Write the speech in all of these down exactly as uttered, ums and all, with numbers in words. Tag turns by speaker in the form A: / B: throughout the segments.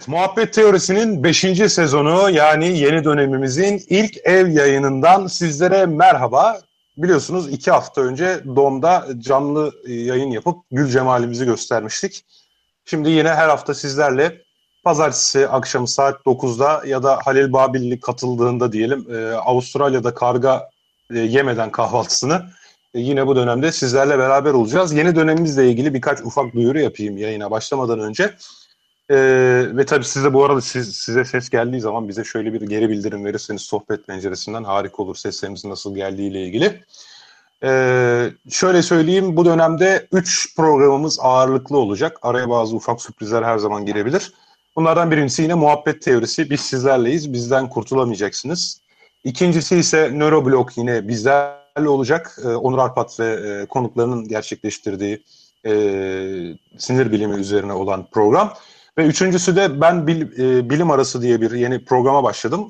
A: Evet, Muhabbet Teorisi'nin beşinci sezonu yani yeni dönemimizin ilk ev yayınından sizlere merhaba. Biliyorsunuz iki hafta önce Dom'da canlı yayın yapıp gül cemalimizi göstermiştik. Şimdi yine her hafta sizlerle pazartesi akşamı saat dokuzda ya da Halil Babil'li katıldığında diyelim e, Avustralya'da karga e, yemeden kahvaltısını e, yine bu dönemde sizlerle beraber olacağız. Yeni dönemimizle ilgili birkaç ufak duyuru yapayım yayına başlamadan önce. Ee, ve tabii siz de bu arada siz, size ses geldiği zaman bize şöyle bir geri bildirim verirseniz sohbet penceresinden harika olur, seslerimizin nasıl geldiğiyle ilgili. Ee, şöyle söyleyeyim, bu dönemde üç programımız ağırlıklı olacak. Araya bazı ufak sürprizler her zaman girebilir. Bunlardan birincisi yine Muhabbet Teorisi. Biz sizlerleyiz, bizden kurtulamayacaksınız. İkincisi ise Nöroblog, yine bizlerle olacak. Ee, Onur Arpat ve e, konuklarının gerçekleştirdiği e, sinir bilimi üzerine olan program. Ve üçüncüsü de ben bil, e, bilim arası diye bir yeni programa başladım.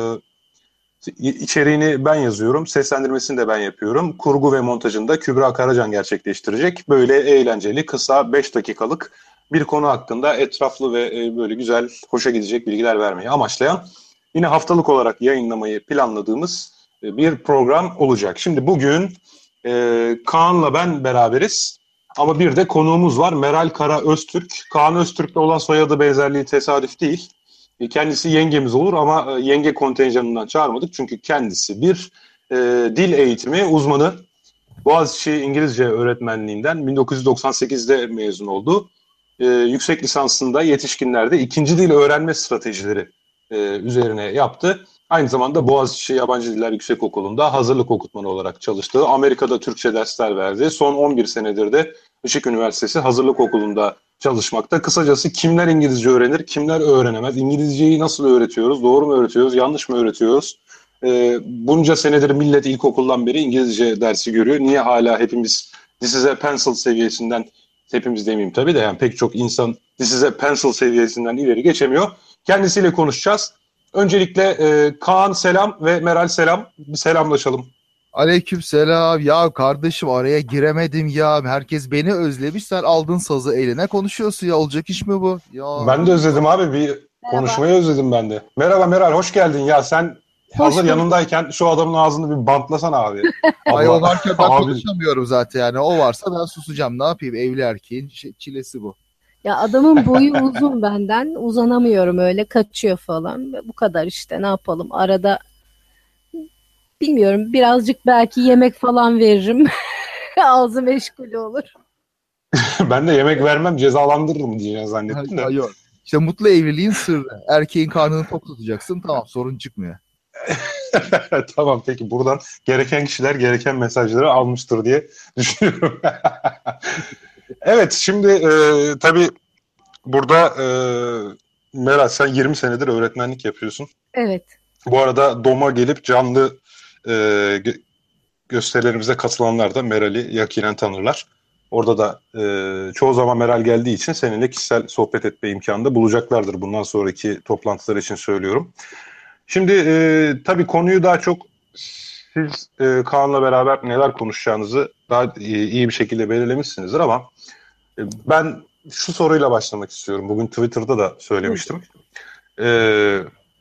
A: E, içeriğini ben yazıyorum, seslendirmesini de ben yapıyorum. Kurgu ve montajını da Kübra Karacan gerçekleştirecek. Böyle eğlenceli, kısa, beş dakikalık bir konu hakkında etraflı ve e, böyle güzel, hoşa gidecek bilgiler vermeyi amaçlayan, yine haftalık olarak yayınlamayı planladığımız e, bir program olacak. Şimdi bugün e, Kaan'la ben beraberiz. Ama bir de konuğumuz var, Meral Kara Öztürk. Kaan Öztürk'le olan soyadı benzerliği tesadüf değil. Kendisi yengemiz olur ama yenge kontenjanından çağırmadık. Çünkü kendisi bir e, dil eğitimi uzmanı. Boğaziçi İngilizce öğretmenliğinden bin dokuz yüz doksan sekizde mezun oldu. E, yüksek lisansında yetişkinlerde ikinci dil öğrenme stratejileri e, üzerine yaptı. Aynı zamanda Boğaziçi Yabancı Diller Yüksekokulu'nda hazırlık okutmanı olarak çalıştı. Amerika'da Türkçe dersler verdi. Son on bir senedir de Işık Üniversitesi Hazırlık Okulu'nda çalışmakta. Kısacası kimler İngilizce öğrenir, kimler öğrenemez? İngilizceyi nasıl öğretiyoruz? Doğru mu öğretiyoruz, yanlış mı öğretiyoruz? Ee, bunca senedir millet ilkokuldan beri İngilizce dersi görüyor. Niye hala hepimiz this is a pencil seviyesinden, hepimiz demeyeyim tabii de yani pek çok insan this is a pencil seviyesinden ileri geçemiyor. Kendisiyle konuşacağız. Öncelikle e, Kaan selam ve Meral selam. Bir selamlaşalım.
B: Aleykümselam. Ya kardeşim araya giremedim ya. Herkes beni özlemiş. Sen aldın sazı eline konuşuyorsun ya. Olacak iş mi bu? Ya.
A: Ben de özledim abi. Bir
C: Merhaba.
A: konuşmayı özledim ben de. Merhaba Meral, hoş geldin. Ya sen
C: Hoş
A: hazır
C: bulduk.
A: yanındayken şu adamın ağzını bir bantlasana abi.
B: Ay o varken ben
A: Abi.
B: konuşamıyorum zaten yani. O varsa ben susacağım. Ne yapayım? Evli erkeğin ş- çilesi bu.
C: Ya adamın boyu uzun benden. Uzanamıyorum öyle. Kaçıyor falan. Bu kadar işte. Ne yapalım? Arada bilmiyorum. Birazcık belki yemek falan veririm. Ağzı meşgul olur.
A: Ben de yemek vermem, cezalandırırım diyeceğini zannettim de.
B: Ay, yok. İşte mutlu evliliğin sırrı. Erkeğin karnını tok tutacaksın. Tamam, sorun çıkmıyor.
A: Tamam, peki buradan gereken kişiler gereken mesajları almıştır diye düşünüyorum. Evet, şimdi e, tabii burada e, Meral, sen yirmi senedir öğretmenlik yapıyorsun.
C: Evet.
A: Bu arada Dom'a gelip canlı e, gö- gösterilerimize katılanlar da Meral'i yakinen tanırlar. Orada da e, çoğu zaman Meral geldiği için seninle kişisel sohbet etme imkanı da bulacaklardır. Bundan sonraki toplantılar için söylüyorum. Şimdi e, tabii konuyu daha çok siz e, Kaan'la beraber neler konuşacağınızı daha e, iyi bir şekilde belirlemişsinizdir ama e, ben şu soruyla başlamak istiyorum. Bugün Twitter'da da söylemiştim. E,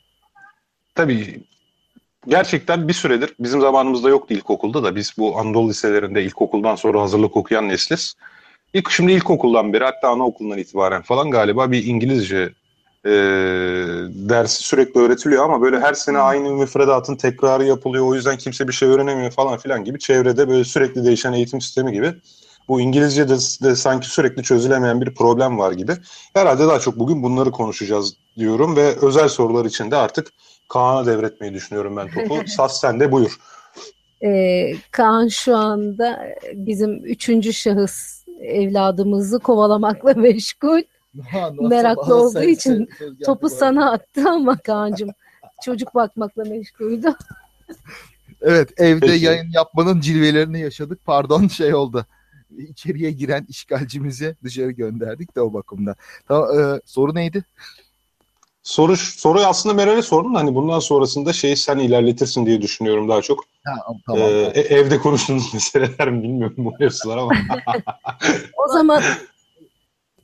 A: tabii gerçekten bir süredir bizim zamanımızda yoktu ilkokulda da biz bu Anadolu liselerinde ilkokuldan sonra hazırlık okuyan nesliz. İlk, şimdi ilkokuldan beri hatta anaokulundan itibaren falan galiba bir İngilizce e, dersi sürekli öğretiliyor ama böyle her sene aynı müfredatın tekrarı yapılıyor. O yüzden kimse bir şey öğrenemiyor falan filan gibi çevrede böyle sürekli değişen eğitim sistemi gibi. Bu İngilizce'de de sanki sürekli çözülemeyen bir problem var gibi. Herhalde daha çok bugün bunları konuşacağız diyorum ve özel sorular için de artık Kaan'a devretmeyi düşünüyorum ben topu. Saz sende, buyur.
C: Ee, Kaan şu anda bizim üçüncü şahıs evladımızı kovalamakla meşgul. Meraklı olduğu için topu sana attı ama Kaan'cığım çocuk bakmakla meşguldü.
B: Evet, evde
A: Peki.
B: yayın yapmanın cilvelerini yaşadık. Pardon, şey oldu. İçeriye giren işgalcimizi dışarı gönderdik de o bakımda. Tamam, e, soru neydi?
A: Soru soruyu aslında Meral'e sordum da hani bundan sonrasında şeyi sen ilerletirsin diye düşünüyorum daha çok.
B: Ha, tamam.
A: Ee, e- evde konuştuğunuz meseleler mi bilmiyorum bu mevzular ama.
C: O zaman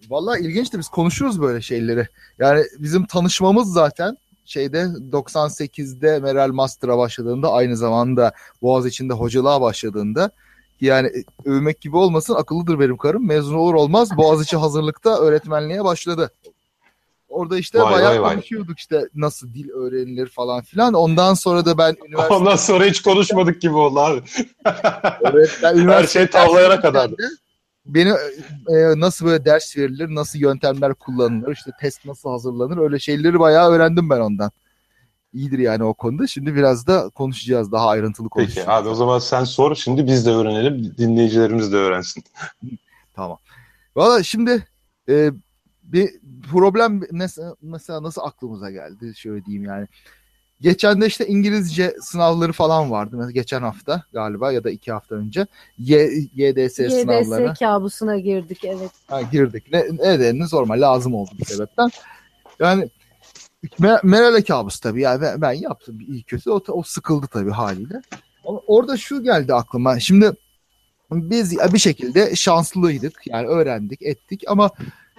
B: Vallahi ilginçti, biz konuşuruz böyle şeyleri. Yani bizim tanışmamız zaten şeyde doksan sekizde Meral Master'a başladığında, aynı zamanda Boğaziçi'nde hocalığa başladığında, yani övmek gibi olmasın, akıllıdır benim karım, mezun olur olmaz Boğaziçi hazırlıkta öğretmenliğe başladı. Orada işte
A: Vay,
B: bayağı
A: vay, vay.
B: konuşuyorduk işte nasıl dil öğrenilir falan filan. Ondan sonra da ben üniversite...
A: Ondan sonra hiç konuşmadık gibi oldu abi.
B: Evet, ben
A: Her
B: üniversite
A: şey tavlayana kadar.
B: Beni e, nasıl böyle ders verilir, nasıl yöntemler kullanılır, işte test nasıl hazırlanır, öyle şeyleri bayağı öğrendim ben ondan. İyidir yani o konuda. Şimdi biraz da konuşacağız, daha ayrıntılı konuşacağız.
A: Peki abi, o zaman sen sor, şimdi biz de öğrenelim, dinleyicilerimiz de öğrensin.
B: Tamam. Valla şimdi e, bir problem mesela, mesela nasıl aklımıza geldi şöyle diyeyim yani. Geçen de işte İngilizce sınavları falan vardı. Mesela geçen hafta galiba ya da iki hafta önce Y- YDS,
C: Y D S
B: sınavlarına.
C: Y D S kabusuna girdik, evet.
B: Ha, girdik. Ne, nedeniniz normal, lazım oldu bir sebepten. Yani Mer- Meral'e kabus tabii. Yani ben, ben yaptım iyi kötü. O, o sıkıldı tabii haliyle. Ama orada şu geldi aklıma. Şimdi biz bir şekilde şanslıydık. Yani öğrendik, ettik ama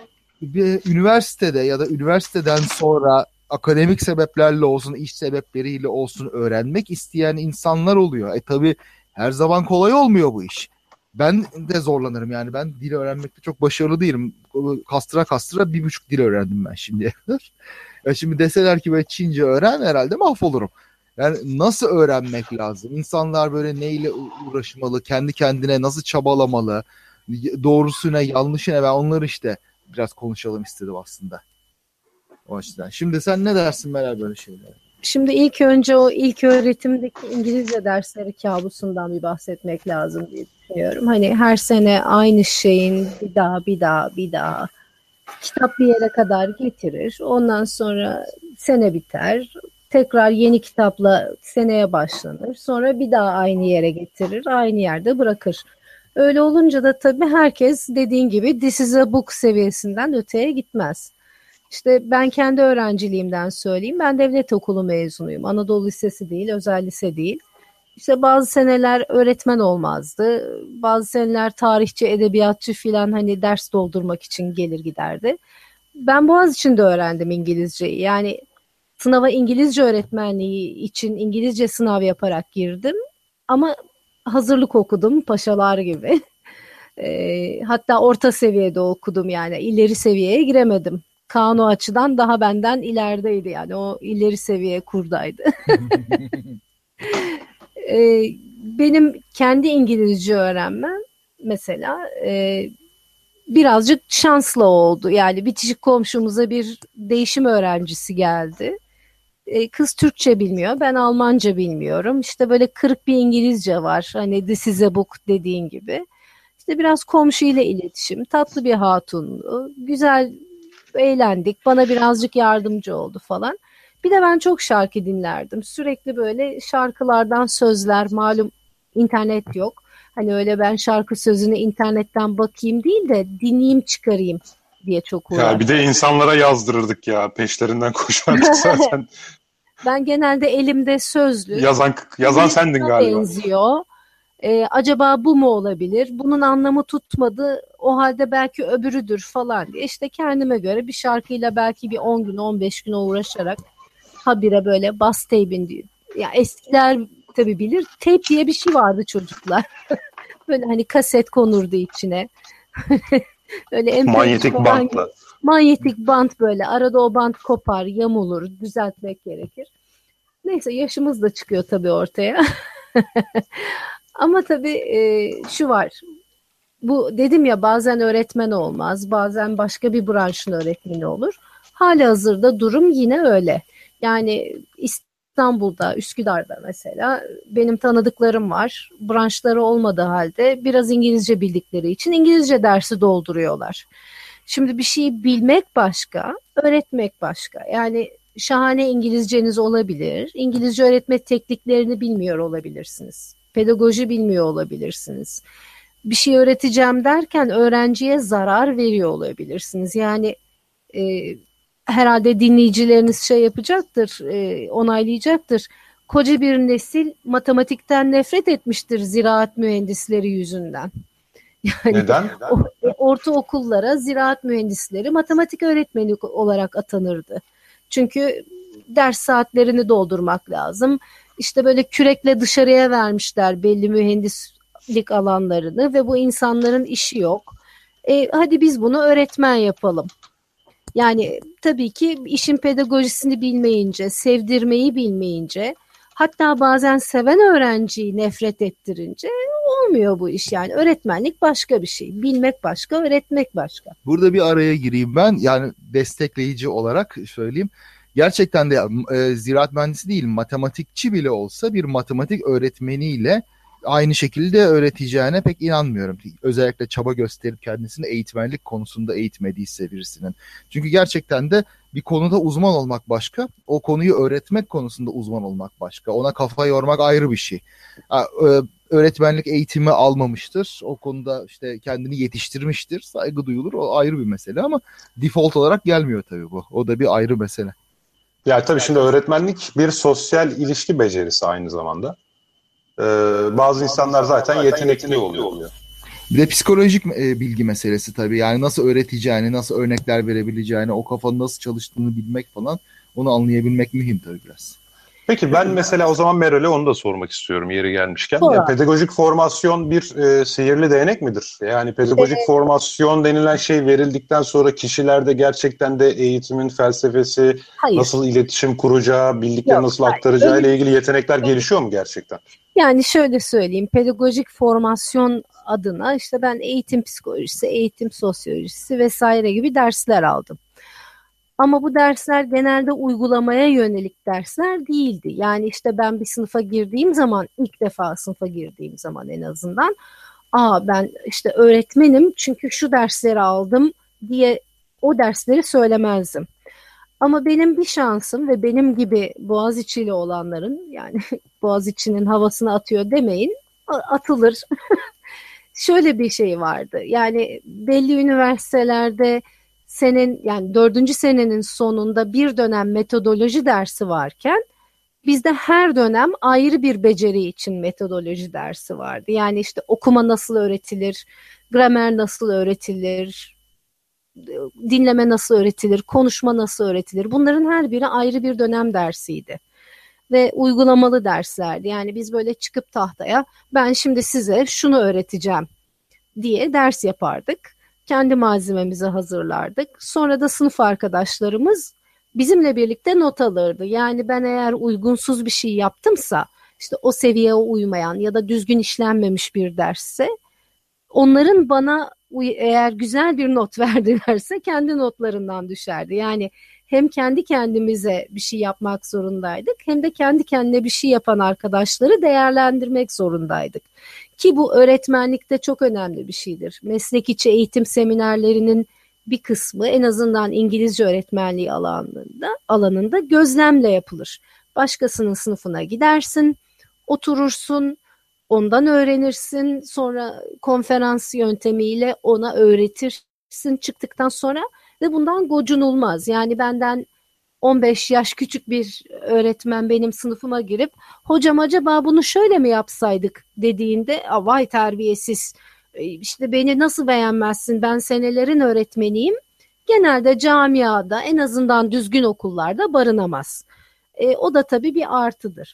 B: bir üniversitede ya da üniversiteden sonra akademik sebeplerle olsun, iş sebepleriyle olsun öğrenmek isteyen insanlar oluyor. E tabii her zaman kolay olmuyor bu iş. Ben de zorlanırım yani. Ben dil öğrenmekte çok başarılı değilim. Kastıra kastıra bir buçuk dil öğrendim ben şimdiye kadar. Ya şimdi deseler ki böyle Çince öğren, herhalde mahvolurum. Yani nasıl öğrenmek lazım? İnsanlar böyle neyle uğraşmalı? Kendi kendine nasıl çabalamalı? Doğrusu ne, yanlışı ne? Ben onları işte biraz konuşalım istedim aslında. O açıdan. Şimdi sen ne dersin Meral böyle şeylere?
C: Şimdi ilk önce o ilk öğretimdeki İngilizce dersleri kabusundan bir bahsetmek lazım diye düşünüyorum. Hani her sene aynı şeyin bir daha bir daha bir daha kitap bir yere kadar getirir. Ondan sonra sene biter. Tekrar yeni kitapla seneye başlanır. Sonra bir daha aynı yere getirir. Aynı yerde bırakır. Öyle olunca da tabii herkes dediğin gibi this is a book seviyesinden öteye gitmez. İşte ben kendi öğrenciliğimden söyleyeyim. Ben devlet okulu mezunuyum. Anadolu Lisesi değil, özel lise değil. İşte bazı seneler öğretmen olmazdı. Bazı seneler tarihçi, edebiyatçı filan hani ders doldurmak için gelir giderdi. Ben Boğaziçi'nde öğrendim İngilizceyi. Yani sınava İngilizce öğretmenliği için İngilizce sınav yaparak girdim. Ama hazırlık okudum paşalar gibi. E, hatta orta seviyede okudum yani. İleri seviyeye giremedim. Kaan o açıdan daha benden ilerideydi yani. O ileri seviye kurdaydı. e, benim kendi İngilizce öğrenmem mesela e, birazcık şanslı oldu. Yani bitişik komşumuza bir değişim öğrencisi geldi. E, kız Türkçe bilmiyor, ben Almanca bilmiyorum. İşte böyle kırık bir İngilizce var. Hani this is a book dediğin gibi. İşte biraz komşu ile iletişim, tatlı bir hatundu. Güzel eğlendik. Bana birazcık yardımcı oldu falan. Bir de ben çok şarkı dinlerdim. Sürekli böyle şarkılardan sözler, malum internet yok. Hani öyle ben şarkı sözünü internetten bakayım değil de dinleyeyim çıkarayım diye çok uğraştım.
A: Ya bir de insanlara yazdırırdık ya. Peşlerinden koşardık zaten.
C: Ben genelde elimde sözlü.
A: Yazan yazan sendin galiba.
C: Benziyor. Ee, acaba bu mu olabilir? Bunun anlamı tutmadı. O halde belki öbürüdür falan diye. İşte kendime göre bir şarkıyla belki bir on gün on beş gün uğraşarak habire böyle bas teybin diyor. Ya eskiler tabii bilir. Teyp diye bir şey vardı çocuklar. Böyle hani kaset konurdu içine. Öyle
A: manyetik bantla.
C: Manyetik bant böyle. Arada o bant kopar, yamulur, düzeltmek gerekir. Neyse yaşımız da çıkıyor tabii ortaya. Ama tabii e, şu var. Bu dedim ya bazen öğretmen olmaz, bazen başka bir branşın öğretmeni olur. Halihazırda durum yine öyle. Yani İstanbul'da, Üsküdar'da mesela benim tanıdıklarım var. Branşları olmadığı halde biraz İngilizce bildikleri için İngilizce dersi dolduruyorlar. Şimdi bir şeyi bilmek başka, öğretmek başka. Yani şahane İngilizceniz olabilir. İngilizce öğretme tekniklerini bilmiyor olabilirsiniz. Pedagoji bilmiyor olabilirsiniz. Bir şey öğreteceğim derken öğrenciye zarar veriyor olabilirsiniz. Yani e, herhalde dinleyicileriniz şey yapacaktır, e, onaylayacaktır. Koca bir nesil matematikten nefret etmiştir ziraat mühendisleri yüzünden. Yani
A: Neden?
C: o, ortaokullara ziraat mühendisleri matematik öğretmeni olarak atanırdı. Çünkü ders saatlerini doldurmak lazım. İşte böyle kürekle dışarıya vermişler belli mühendislik alanlarını ve bu insanların işi yok. E, hadi biz bunu öğretmen yapalım. Yani tabii ki işin pedagojisini bilmeyince, sevdirmeyi bilmeyince, hatta bazen seven öğrenciyi nefret ettirince olmuyor bu iş. Yani öğretmenlik başka bir şey. Bilmek başka, öğretmek başka.
B: Burada bir araya gireyim ben. Yani destekleyici olarak söyleyeyim. Gerçekten de e, ziraat mühendisi değil, matematikçi bile olsa bir matematik öğretmeniyle aynı şekilde öğreteceğine pek inanmıyorum. Özellikle çaba gösterip kendisini eğitmenlik konusunda eğitmediyse birisinin. Çünkü gerçekten de bir konuda uzman olmak başka, o konuyu öğretmek konusunda uzman olmak başka. Ona kafa yormak ayrı bir şey. Öğretmenlik eğitimi almamıştır. O konuda işte kendini yetiştirmiştir. Saygı duyulur. O ayrı bir mesele ama default olarak gelmiyor tabii bu. O da bir ayrı mesele.
A: Ya tabii şimdi öğretmenlik bir sosyal ilişki becerisi aynı zamanda. Ee, bazı insanlar zaten yetenekli oluyor.
B: Bir de psikolojik e, bilgi meselesi tabii. Yani nasıl öğreteceğini, nasıl örnekler verebileceğini, o kafanın nasıl çalıştığını bilmek falan, onu anlayabilmek mühim tabii biraz.
A: Peki ben mesela o zaman Meral'e onu da sormak istiyorum yeri gelmişken. Ya, pedagojik formasyon bir e, sihirli değnek midir? Yani pedagojik evet. formasyon denilen şey verildikten sonra kişilerde gerçekten de eğitimin felsefesi, hayır. nasıl iletişim kuracağı, bildikleri Yok, nasıl aktaracağı hayır. ile ilgili yetenekler gelişiyor mu gerçekten?
C: Yani şöyle söyleyeyim, pedagojik formasyon adına işte ben eğitim psikolojisi, eğitim sosyolojisi vesaire gibi dersler aldım. Ama bu dersler genelde uygulamaya yönelik dersler değildi. Yani işte ben bir sınıfa girdiğim zaman, ilk defa sınıfa girdiğim zaman en azından, aa ben işte öğretmenim çünkü şu dersleri aldım diye o dersleri söylemezdim. Ama benim bir şansım ve benim gibi Boğaziçi'li olanların, yani Boğaziçi'nin havasını atıyor demeyin, atılır. Şöyle bir şey vardı. Yani belli üniversitelerde senin, yani dördüncü senenin sonunda bir dönem metodoloji dersi varken bizde her dönem ayrı bir beceri için metodoloji dersi vardı. Yani işte okuma nasıl öğretilir, gramer nasıl öğretilir, dinleme nasıl öğretilir, konuşma nasıl öğretilir. Bunların her biri ayrı bir dönem dersiydi. Ve uygulamalı derslerdi. Yani biz böyle çıkıp tahtaya ben şimdi size şunu öğreteceğim diye ders yapardık. Kendi malzememizi hazırlardık. Sonra da sınıf arkadaşlarımız bizimle birlikte not alırdı. Yani ben eğer uygunsuz bir şey yaptımsa, işte o seviyeye uymayan ya da düzgün işlenmemiş bir dersse, onların bana eğer güzel bir not verdilerse kendi notlarından düşerdi. Yani hem kendi kendimize bir şey yapmak zorundaydık, hem de kendi kendine bir şey yapan arkadaşları değerlendirmek zorundaydık. Ki bu öğretmenlikte çok önemli bir şeydir. Meslek içi eğitim seminerlerinin bir kısmı en azından İngilizce öğretmenliği alanında, alanında gözlemle yapılır. Başkasının sınıfına gidersin, oturursun, ondan öğrenirsin, sonra konferans yöntemiyle ona öğretirsin çıktıktan sonra ve bundan gocunulmaz. Yani benden on beş yaş küçük bir öğretmen benim sınıfıma girip hocam acaba bunu şöyle mi yapsaydık dediğinde vay terbiyesiz, işte beni nasıl beğenmezsin, ben senelerin öğretmeniyim, genelde camiada en azından düzgün okullarda barınamaz. E, o da tabii bir artıdır.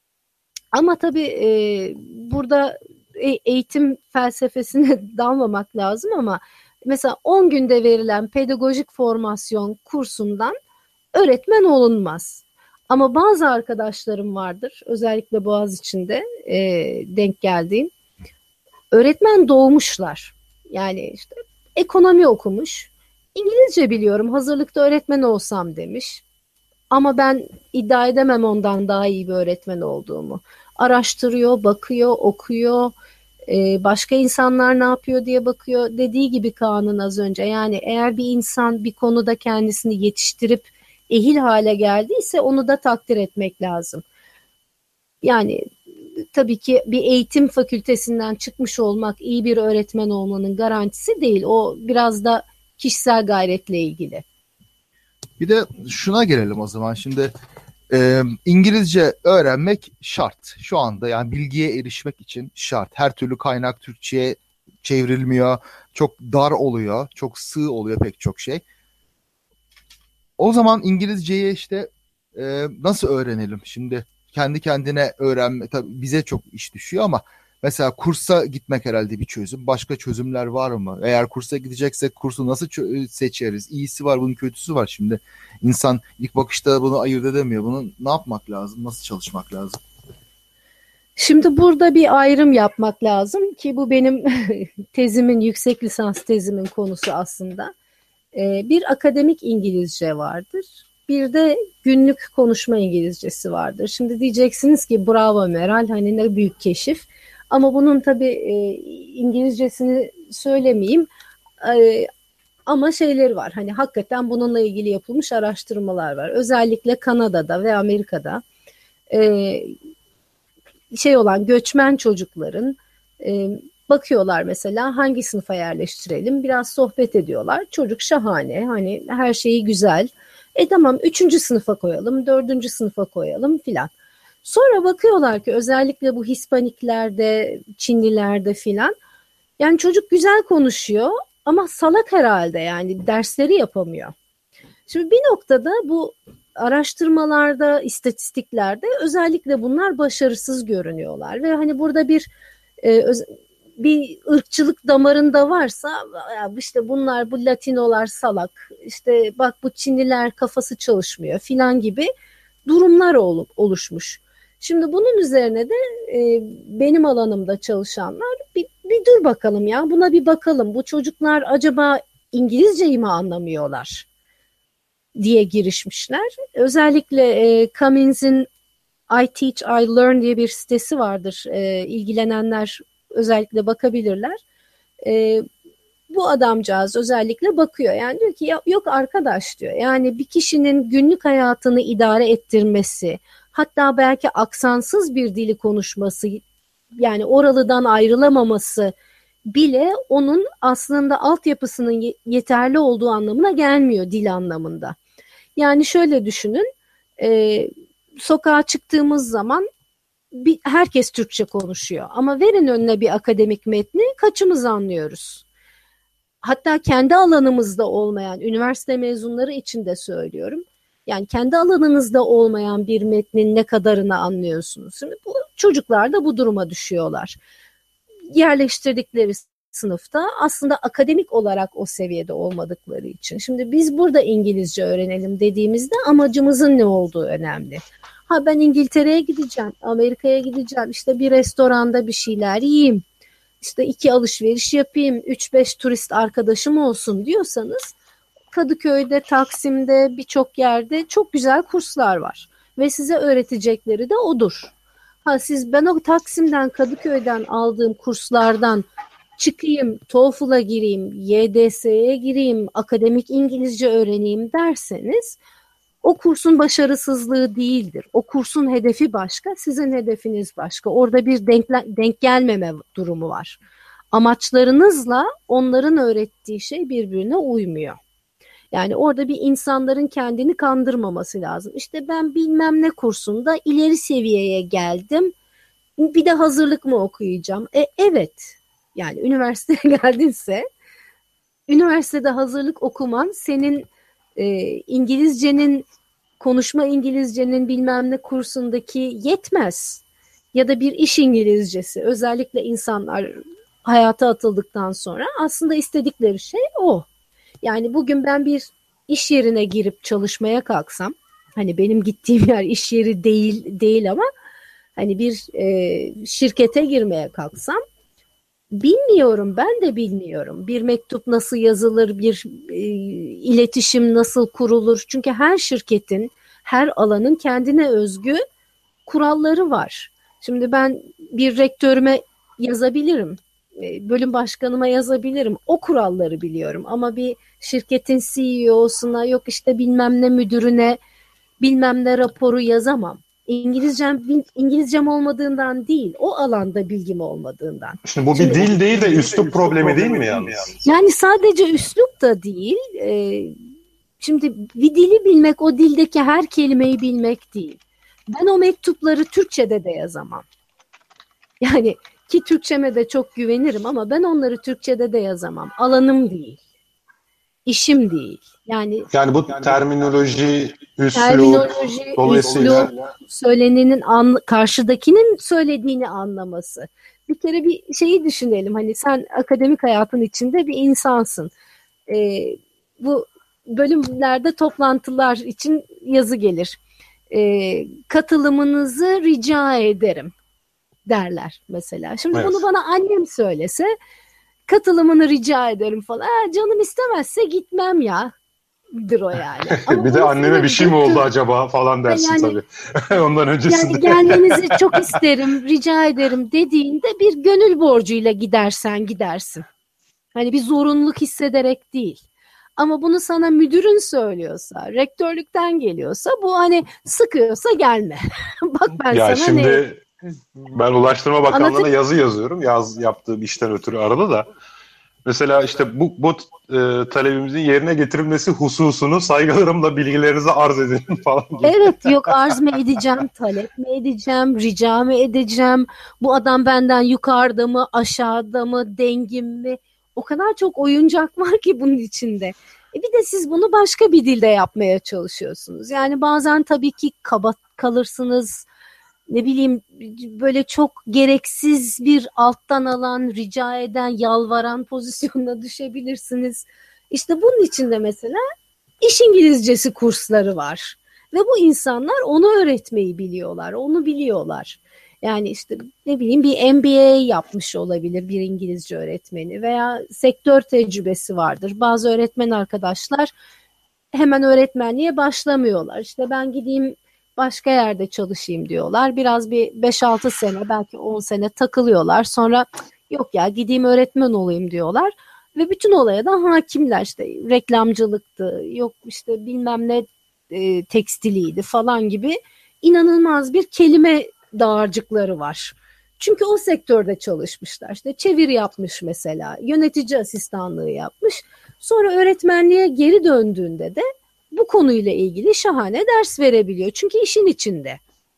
C: Ama tabii e, burada e, eğitim felsefesine dalmamak lazım ama mesela on günde verilen pedagojik formasyon kursundan öğretmen olunmaz. Ama bazı arkadaşlarım vardır, özellikle Boğaziçi'nde e, denk geldiğim, öğretmen doğmuşlar. Yani işte ekonomi okumuş, İngilizce biliyorum, hazırlıkta öğretmen olsam demiş. Ama ben iddia edemem ondan daha iyi bir öğretmen olduğumu. Araştırıyor, bakıyor, okuyor, ee, başka insanlar ne yapıyor diye bakıyor. Dediği gibi Kaan'ın az önce, yani eğer bir insan bir konuda kendisini yetiştirip ehil hale geldiyse onu da takdir etmek lazım. Yani tabii ki bir eğitim fakültesinden çıkmış olmak iyi bir öğretmen olmanın garantisi değil. O biraz da kişisel gayretle ilgili.
B: Bir de şuna gelelim o zaman. Şimdi e, İngilizce öğrenmek şart. Şu anda yani bilgiye erişmek için şart. Her türlü kaynak Türkçe'ye çevrilmiyor, çok dar oluyor, çok sığ oluyor pek çok şey. O zaman İngilizceyi işte e, nasıl öğrenelim? Şimdi kendi kendine öğrenme, tabii bize çok iş düşüyor ama mesela kursa gitmek herhalde bir çözüm. Başka çözümler var mı? Eğer kursa gideceksek kursu nasıl çö- seçeriz? İyisi var, bunun kötüsü var. Şimdi insan ilk bakışta bunu ayırt edemiyor. Bunu ne yapmak lazım? Nasıl çalışmak lazım?
C: Şimdi burada bir ayrım yapmak lazım ki bu benim tezimin, yüksek lisans tezimin konusu aslında. Ee, bir akademik İngilizce vardır. Bir de günlük konuşma İngilizcesi vardır. Şimdi diyeceksiniz ki bravo Meral, hani ne büyük keşif. Ama bunun tabii e, İngilizcesini söylemeyeyim. E, ama şeyleri var. Hani hakikaten bununla ilgili yapılmış araştırmalar var. Özellikle Kanada'da ve Amerika'da e, şey olan göçmen çocukların e, bakıyorlar mesela hangi sınıfa yerleştirelim, biraz sohbet ediyorlar. Çocuk şahane, hani her şeyi güzel. E tamam, üçüncü sınıfa koyalım, dördüncü sınıfa koyalım filan. Sonra bakıyorlar ki özellikle bu Hispaniklerde, Çinlilerde filan, yani çocuk güzel konuşuyor ama salak herhalde, yani dersleri yapamıyor. Şimdi bir noktada bu araştırmalarda, istatistiklerde özellikle bunlar başarısız görünüyorlar ve hani burada bir e, bir ırkçılık damarında varsa, işte bunlar, bu Latinolar salak, işte bak bu Çinliler kafası çalışmıyor filan gibi durumlar oluşmuş. Şimdi bunun üzerine de e, benim alanımda çalışanlar bir, bir dur bakalım ya, buna bir bakalım, bu çocuklar acaba İngilizceyi mi anlamıyorlar diye girişmişler. Özellikle e, Cummins'in I Teach, I Learn diye bir sitesi vardır. E, ilgilenenler özellikle bakabilirler. E, bu adamcağız özellikle bakıyor. Yani diyor ki yok arkadaş diyor. Yani bir kişinin günlük hayatını idare ettirmesi, hatta belki aksansız bir dili konuşması, yani oralıdan ayrılamaması bile onun aslında altyapısının yeterli olduğu anlamına gelmiyor dil anlamında. Yani şöyle düşünün, e, sokağa çıktığımız zaman bir, herkes Türkçe konuşuyor ama verin önüne bir akademik metni, kaçımız anlıyoruz? Hatta kendi alanımızda olmayan, üniversite mezunları için de söylüyorum. Yani kendi alanınızda olmayan bir metnin ne kadarını anlıyorsunuz? Şimdi bu çocuklar da bu duruma düşüyorlar. Yerleştirdikleri sınıfta aslında akademik olarak o seviyede olmadıkları için. Şimdi biz burada İngilizce öğrenelim dediğimizde amacımızın ne olduğu önemli. Ha ben İngiltere'ye gideceğim, Amerika'ya gideceğim, işte bir restoranda bir şeyler yiyeyim, işte iki alışveriş yapayım, üç beş turist arkadaşım olsun diyorsanız Kadıköy'de, Taksim'de, birçok yerde çok güzel kurslar var ve size öğretecekleri de odur. Ha siz ben o Taksim'den, Kadıköy'den aldığım kurslardan çıkayım, TOEFL'a gireyim, Y D S'ye gireyim, akademik İngilizce öğreneyim derseniz o kursun başarısızlığı değildir. O kursun hedefi başka, sizin hedefiniz başka. Orada bir denk, denk gelmeme durumu var. Amaçlarınızla onların öğrettiği şey birbirine uymuyor. Yani orada bir insanların kendini kandırmaması lazım. İşte ben bilmem ne kursunda ileri seviyeye geldim, bir de hazırlık mı okuyacağım? E, evet, yani üniversiteye geldinse, üniversitede hazırlık okuman senin e, İngilizcenin, konuşma İngilizcenin bilmem ne kursundaki yetmez. Ya da bir iş İngilizcesi, özellikle insanlar hayata atıldıktan sonra aslında istedikleri şey o. Yani bugün ben bir iş yerine girip çalışmaya kalksam, hani benim gittiğim yer iş yeri değil değil ama hani bir e, şirkete girmeye kalksam, bilmiyorum, ben de bilmiyorum. Bir mektup nasıl yazılır, bir e, iletişim nasıl kurulur? Çünkü her şirketin, her alanın kendine özgü kuralları var. Şimdi ben bir rektörüme yazabilirim, bölüm başkanıma yazabilirim. O kuralları biliyorum ama bir şirketin C E O'suna, yok işte bilmem ne müdürüne bilmem ne raporu yazamam. İngilizcem İngilizcem olmadığından değil, o alanda bilgim olmadığından.
A: Şimdi bu bir Şimdi, dil değil de üslup problemi değil mi yani?
C: Yani sadece üslup da değil. E, şimdi bir dili bilmek, o dildeki her kelimeyi bilmek değil. Ben o mektupları Türkçe'de de yazamam. Yani ki Türkçeme de çok güvenirim ama ben onları Türkçe'de de yazamam. Alanım değil. İşim değil. Yani
A: Yani bu terminoloji, üslup
C: terminoloji,
A: dolayısıyla
C: üslup, söylenenin an, karşıdakinin söylediğini anlaması. Bir kere bir şeyi düşünelim. Hani sen akademik hayatın içinde bir insansın. Ee, bu bölümlerde toplantılar için yazı gelir. Ee, katılımınızı rica ederim derler mesela. Şimdi
A: evet.
C: bunu bana annem söylese katılımını rica ederim falan. Ha, canım istemezse gitmem ya. Dir o yani. Ama
A: bir de anneme bir şey mi oldu
C: de,
A: acaba falan dersin
C: yani,
A: tabii. Ondan öncesinde.
C: Yani gelmenizi çok isterim, rica ederim dediğinde bir gönül borcuyla gidersen gidersin. Hani bir zorunluluk hissederek değil. Ama bunu sana müdürün söylüyorsa, rektörlükten geliyorsa bu hani sıkıyorsa gelme. Bak ben
A: ya
C: sana
A: şimdi
C: ne...
A: ben Ulaştırma Bakanlığı'na
C: Anlatayım.
A: yazı yazıyorum. Yaz yaptığım işten ötürü arada da. Mesela işte bu, bu e, talebimizin yerine getirilmesi hususunu saygılarımla bilgilerinize arz edin falan gibi.
C: Evet, yok arz mı edeceğim, talep mi edeceğim, rica mı edeceğim, bu adam benden yukarıda mı, aşağıda mı, dengim mi? O kadar çok oyuncak var ki bunun içinde. E bir de siz bunu başka bir dilde yapmaya çalışıyorsunuz. Yani bazen tabii ki kaba kalırsınız, ne bileyim böyle çok gereksiz bir alttan alan, rica eden, yalvaran pozisyonuna düşebilirsiniz. İşte bunun içinde mesela İş İngilizcesi kursları var. Ve bu insanlar onu öğretmeyi biliyorlar, onu biliyorlar. Yani işte ne bileyim bir M B A yapmış olabilir bir İngilizce öğretmeni veya sektör tecrübesi vardır. Bazı öğretmen arkadaşlar hemen öğretmenliğe başlamıyorlar. İşte ben gideyim başka yerde çalışayım diyorlar. Biraz bir beş altı sene belki on sene takılıyorlar. Sonra yok ya gideyim öğretmen olayım diyorlar. Ve bütün olaya da hakimler, işte reklamcılıktı, yok işte bilmem ne e, tekstiliydi falan gibi inanılmaz bir kelime dağarcıkları var. Çünkü o sektörde çalışmışlar. İşte çeviri yapmış mesela, yönetici asistanlığı yapmış. Sonra öğretmenliğe geri döndüğünde de bu konuyla ilgili şahane ders verebiliyor. Çünkü işin içinde.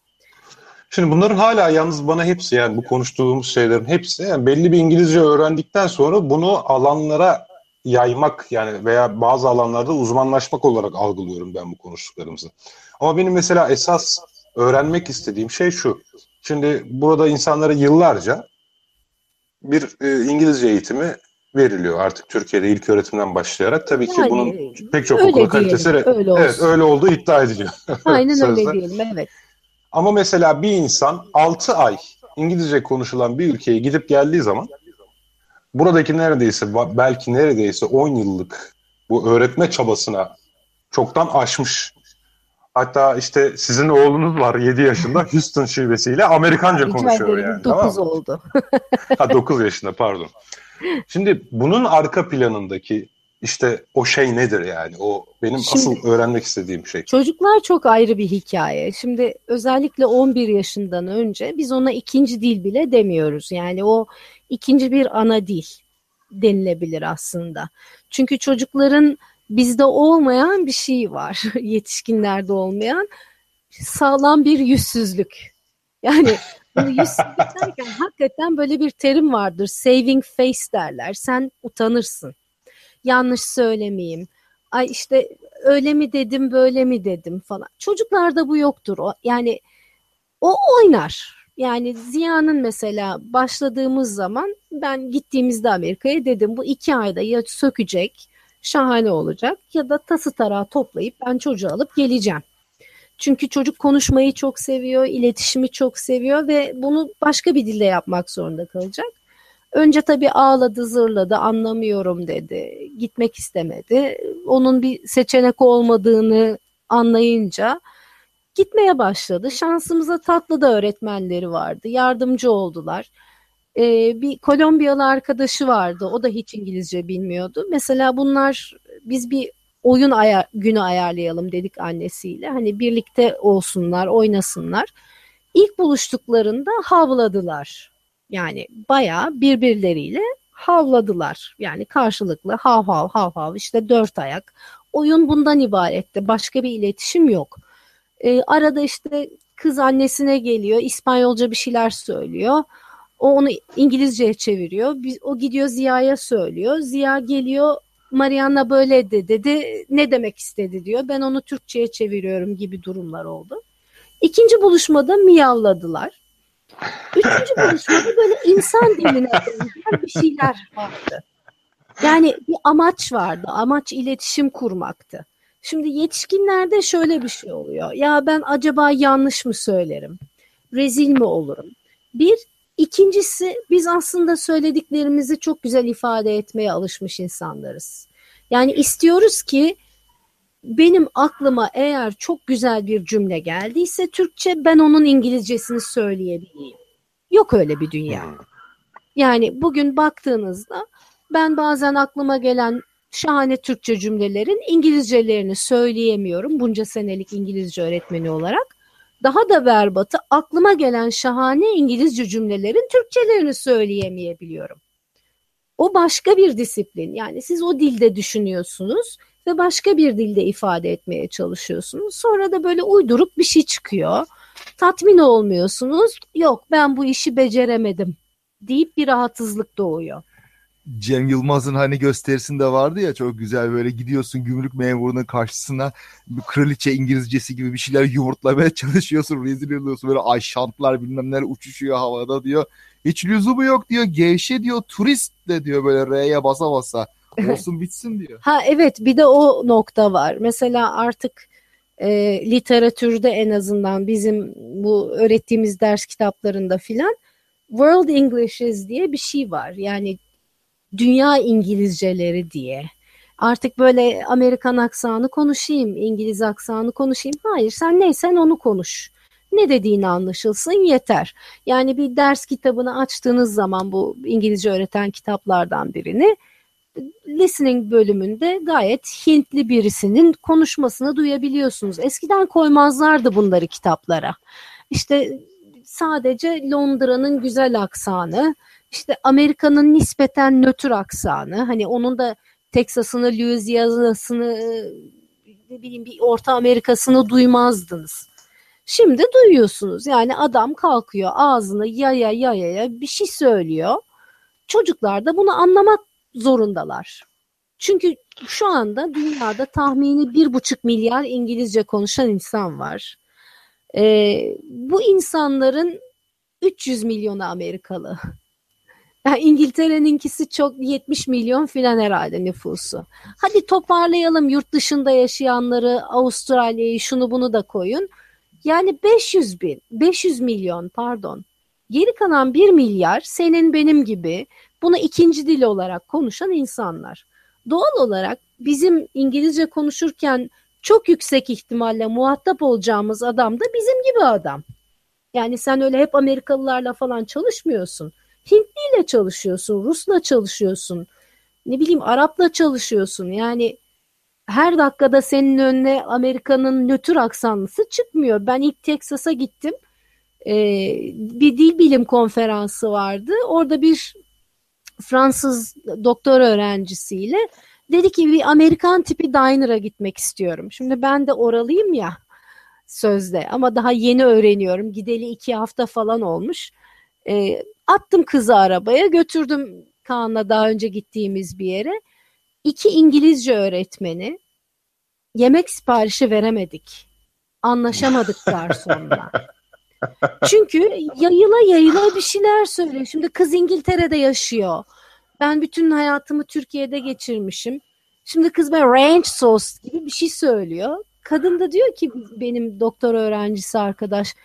A: Şimdi bunların hala yalnız bana hepsi, yani bu konuştuğumuz şeylerin hepsi, yani belli bir İngilizce öğrendikten sonra bunu alanlara yaymak, yani veya bazı alanlarda uzmanlaşmak olarak algılıyorum ben bu konuştuklarımızı. Ama benim mesela esas öğrenmek istediğim şey şu. Şimdi burada insanlara yıllarca bir e, İngilizce eğitimi veriliyor artık Türkiye'de ilk öğretimden başlayarak. Tabii ki bunun
C: Yani
A: pek çok okula
C: öyle diyelim,
A: kalitesi
C: öyle
A: evet
C: olsun.
A: öyle olduğu iddia ediliyor.
C: Aynen öyle
A: Sözde.
C: diyelim, evet.
A: Ama mesela bir insan altı ay İngilizce konuşulan bir ülkeye gidip geldiği zaman buradaki neredeyse belki neredeyse on yıllık bu öğretme çabasına çoktan aşmış. Hatta işte sizin oğlunuz var yedi yaşında, Houston şivesiyle Amerikanca
C: Rica
A: konuşuyor
C: ederim,
A: yani, tamam
C: dokuz
A: mı?
C: oldu.
A: Ha, dokuz yaşında, pardon. Şimdi bunun arka planındaki işte o şey nedir yani? O benim
C: Şimdi
A: asıl öğrenmek istediğim şey.
C: çocuklar çok ayrı bir hikaye. Şimdi özellikle on bir yaşından önce biz ona ikinci dil bile demiyoruz. Yani o ikinci bir ana dil denilebilir aslında. Çünkü çocukların bizde olmayan bir şey var. Yetişkinlerde olmayan sağlam bir yüzsüzlük. Yani bunu yüzsüzlük derken hakikaten böyle bir terim vardır. Saving face derler. Sen utanırsın. Yanlış söylemeyeyim. Ay işte öyle mi dedim böyle mi dedim falan. Çocuklarda bu yoktur. O, yani o oynar. Yani Ziya'nın mesela başladığımız zaman ben gittiğimizde Amerika'ya dedim bu iki ayda ya sökecek, şahane olacak ya da tası tarağı toplayıp ben çocuğu alıp geleceğim. Çünkü çocuk konuşmayı çok seviyor, iletişimi çok seviyor ve bunu başka bir dilde yapmak zorunda kalacak. Önce tabii ağladı, zırladı, anlamıyorum dedi, gitmek istemedi. Onun bir seçenek olmadığını anlayınca gitmeye başladı. Şansımıza tatlı da öğretmenleri vardı, yardımcı oldular. Ee, bir Kolombiyalı arkadaşı vardı, o da hiç İngilizce bilmiyordu. Mesela bunlar, biz bir oyun ayar, günü ayarlayalım dedik annesiyle. Hani birlikte olsunlar, oynasınlar. İlk buluştuklarında havladılar. Yani bayağı birbirleriyle havladılar. Yani karşılıklı hav hav hav hav, işte dört ayak. Oyun bundan ibaretti. Başka bir iletişim yok. Ee, arada işte kız annesine geliyor, İspanyolca bir şeyler söylüyor. O onu İngilizceye çeviriyor. O gidiyor Ziya'ya söylüyor. Ziya geliyor, Mariana böyle de dedi. Ne demek istedi diyor. Ben onu Türkçe'ye çeviriyorum gibi durumlar oldu. İkinci buluşmada miyavladılar. Üçüncü buluşmada böyle insan diline benzeyen bir şeyler vardı. Yani bir amaç vardı. Amaç iletişim kurmaktı. Şimdi yetişkinlerde şöyle bir şey oluyor. Ya ben acaba yanlış mı söylerim? Rezil mi olurum? Bir, ikincisi biz aslında söylediklerimizi çok güzel ifade etmeye alışmış insanlarız. Yani istiyoruz ki benim aklıma eğer çok güzel bir cümle geldiyse Türkçe, ben onun İngilizcesini söyleyebileyim. Yok öyle bir dünya. Yani bugün baktığınızda ben bazen aklıma gelen şahane Türkçe cümlelerin İngilizcelerini söyleyemiyorum. Bunca senelik İngilizce öğretmeni olarak. Daha da berbatı, aklıma gelen şahane İngilizce cümlelerin Türkçelerini söyleyemeyebiliyorum. O başka bir disiplin. Yani siz o dilde düşünüyorsunuz ve başka bir dilde ifade etmeye çalışıyorsunuz. Sonra da böyle uydurup bir şey çıkıyor. Tatmin olmuyorsunuz. Yok, ben bu işi beceremedim deyip bir rahatsızlık doğuyor.
B: Cem Yılmaz'ın hani gösterisinde vardı ya, çok güzel, böyle gidiyorsun gümrük memurunun karşısına, bir kraliçe İngilizcesi gibi bir şeyler yumurtlamaya çalışıyorsun, rezil oluyorsun, böyle ayşantlar bilmem neler uçuşuyor havada diyor. Hiç lüzumu yok diyor, gevşe diyor, turist de diyor, böyle R'ye basa basa olsun bitsin diyor.
C: Ha evet, bir de o nokta var. Mesela artık e, literatürde, en azından bizim bu öğrettiğimiz ders kitaplarında filan World Englishes diye bir şey var. Yani dünya İngilizceleri diye. Artık böyle Amerikan aksanı konuşayım, İngiliz aksanı konuşayım. Hayır, sen neysen onu konuş. Ne dediğini anlaşılsın yeter. Yani bir ders kitabını açtığınız zaman, bu İngilizce öğreten kitaplardan birini, listening bölümünde gayet Hintli birisinin konuşmasını duyabiliyorsunuz. Eskiden koymazlardı bunları kitaplara. İşte sadece Londra'nın güzel aksanı, İşte Amerika'nın nispeten nötr aksanı, hani onun da Texas'ını, Louisiana'sını, ne bileyim bir Orta Amerika'sını duymazdınız. Şimdi duyuyorsunuz. Yani adam kalkıyor, ağzını yaya yaya bir şey söylüyor. Çocuklar da bunu anlamak zorundalar. Çünkü şu anda dünyada tahmini bir buçuk milyar İngilizce konuşan insan var. Ee, bu insanların üç yüz milyonu Amerikalı. Yani İngiltere'ninkisi çok, yetmiş milyon filan herhalde nüfusu. Hadi toparlayalım, yurt dışında yaşayanları, Avustralya'yı, şunu bunu da koyun. Yani beş yüz bin, beş yüz milyon pardon. Geri kalan bir milyar senin benim gibi bunu ikinci dil olarak konuşan insanlar. Doğal olarak bizim İngilizce konuşurken çok yüksek ihtimalle muhatap olacağımız adam da bizim gibi adam. Yani sen öyle hep Amerikalılarla falan çalışmıyorsun. Hintliyle çalışıyorsun, Rus'la çalışıyorsun, ne bileyim Arap'la çalışıyorsun. Yani her dakikada senin önüne Amerika'nın nötr aksanlısı çıkmıyor. Ben ilk Texas'a gittim. Ee, bir dil bilim konferansı vardı. Orada bir Fransız doktor öğrencisiyle dedi ki bir Amerikan tipi diner'a gitmek istiyorum. Şimdi ben de oralıyım ya sözde, ama daha yeni öğreniyorum. Gideli iki hafta falan olmuş. E, attım kızı arabaya, götürdüm Kaan'la daha önce gittiğimiz bir yere. İki İngilizce öğretmeni, yemek siparişi veremedik. Anlaşamadık garsonla. Çünkü yayıla yayıla bir şeyler söylüyor. Şimdi kız İngiltere'de yaşıyor. Ben bütün hayatımı Türkiye'de geçirmişim. Şimdi kız böyle ranch sauce gibi bir şey söylüyor. Kadın da diyor ki, benim doktor öğrencisi arkadaş,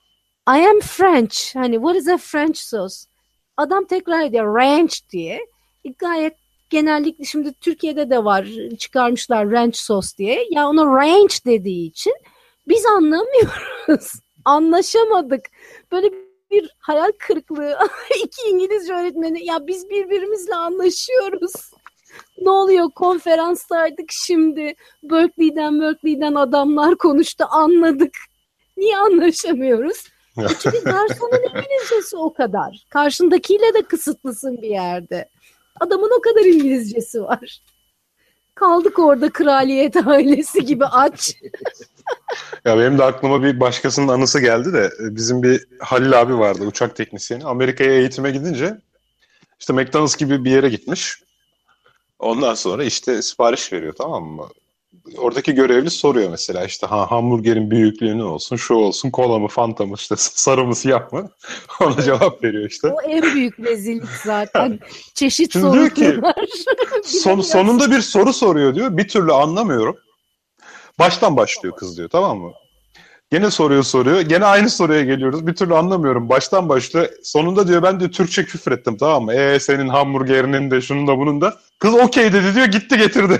C: I am French. Hani what is a French sauce? Adam tekrar ediyor ranch diye. E, gayet genellikle şimdi Türkiye'de de var, çıkarmışlar ranch sauce diye. Ya ona ranch dediği için biz anlamıyoruz. Anlaşamadık. Böyle bir hayal kırıklığı. İki İngilizce öğretmeni, ya biz birbirimizle anlaşıyoruz. Ne oluyor? Konferanstaydık şimdi. Berkeley'den Berkeley'den adamlar konuştu, anladık. Niye anlaşamıyoruz? Çünkü garsonun İngilizcesi o kadar. Karşındakiyle de kısıtlısın bir yerde. Adamın o kadar İngilizcesi var. Kaldık orada kraliyet ailesi gibi aç.
A: Ya benim de aklıma bir başkasının anısı geldi de bizim bir Halil abi vardı, uçak teknisyeni. Amerika'ya eğitime gidince işte McDonald's gibi bir yere gitmiş. Ondan sonra işte sipariş veriyor, tamam mı? Oradaki görevli soruyor mesela işte ha, hamburgerin büyüklüğü ne olsun, şu olsun, kola mı, fanta mı, işte sarı mı, siyah mı? Ona cevap veriyor işte.
C: O en büyük rezillik zaten. Çeşit
A: Şimdi diyor ki
C: sorunlar.
A: son, sonunda bir soru soruyor diyor. Bir türlü anlamıyorum. Baştan başlıyor kız diyor, tamam mı? Gene soruyor soruyor. Gene aynı soruya geliyoruz. Bir türlü anlamıyorum. Baştan başlıyor. Sonunda diyor ben de Türkçe küfür ettim, tamam mı? Eee senin hamburgerinin de şunun da bunun da. Kız okey dedi diyor, gitti getirdi.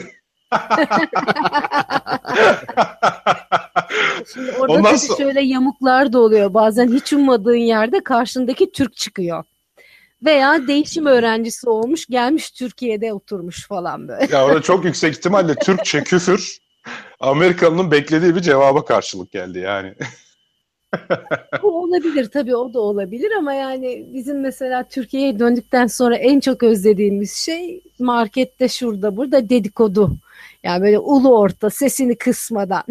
C: Şimdi orada
A: Ondan
C: tabii
A: sonra...
C: şöyle yamuklar da oluyor. Bazen hiç ummadığın yerde karşındaki Türk çıkıyor. Veya değişim öğrencisi olmuş, gelmiş Türkiye'de oturmuş falan böyle.
A: Ya orada çok yüksek ihtimalle Türkçe küfür Amerikalı'nın beklediği bir cevaba karşılık geldi yani.
C: Bu olabilir tabii, o da olabilir ama yani bizim mesela Türkiye'ye döndükten sonra en çok özlediğimiz şey markette şurada burada dedikodu. Yani böyle ulu orta sesini kısmadan.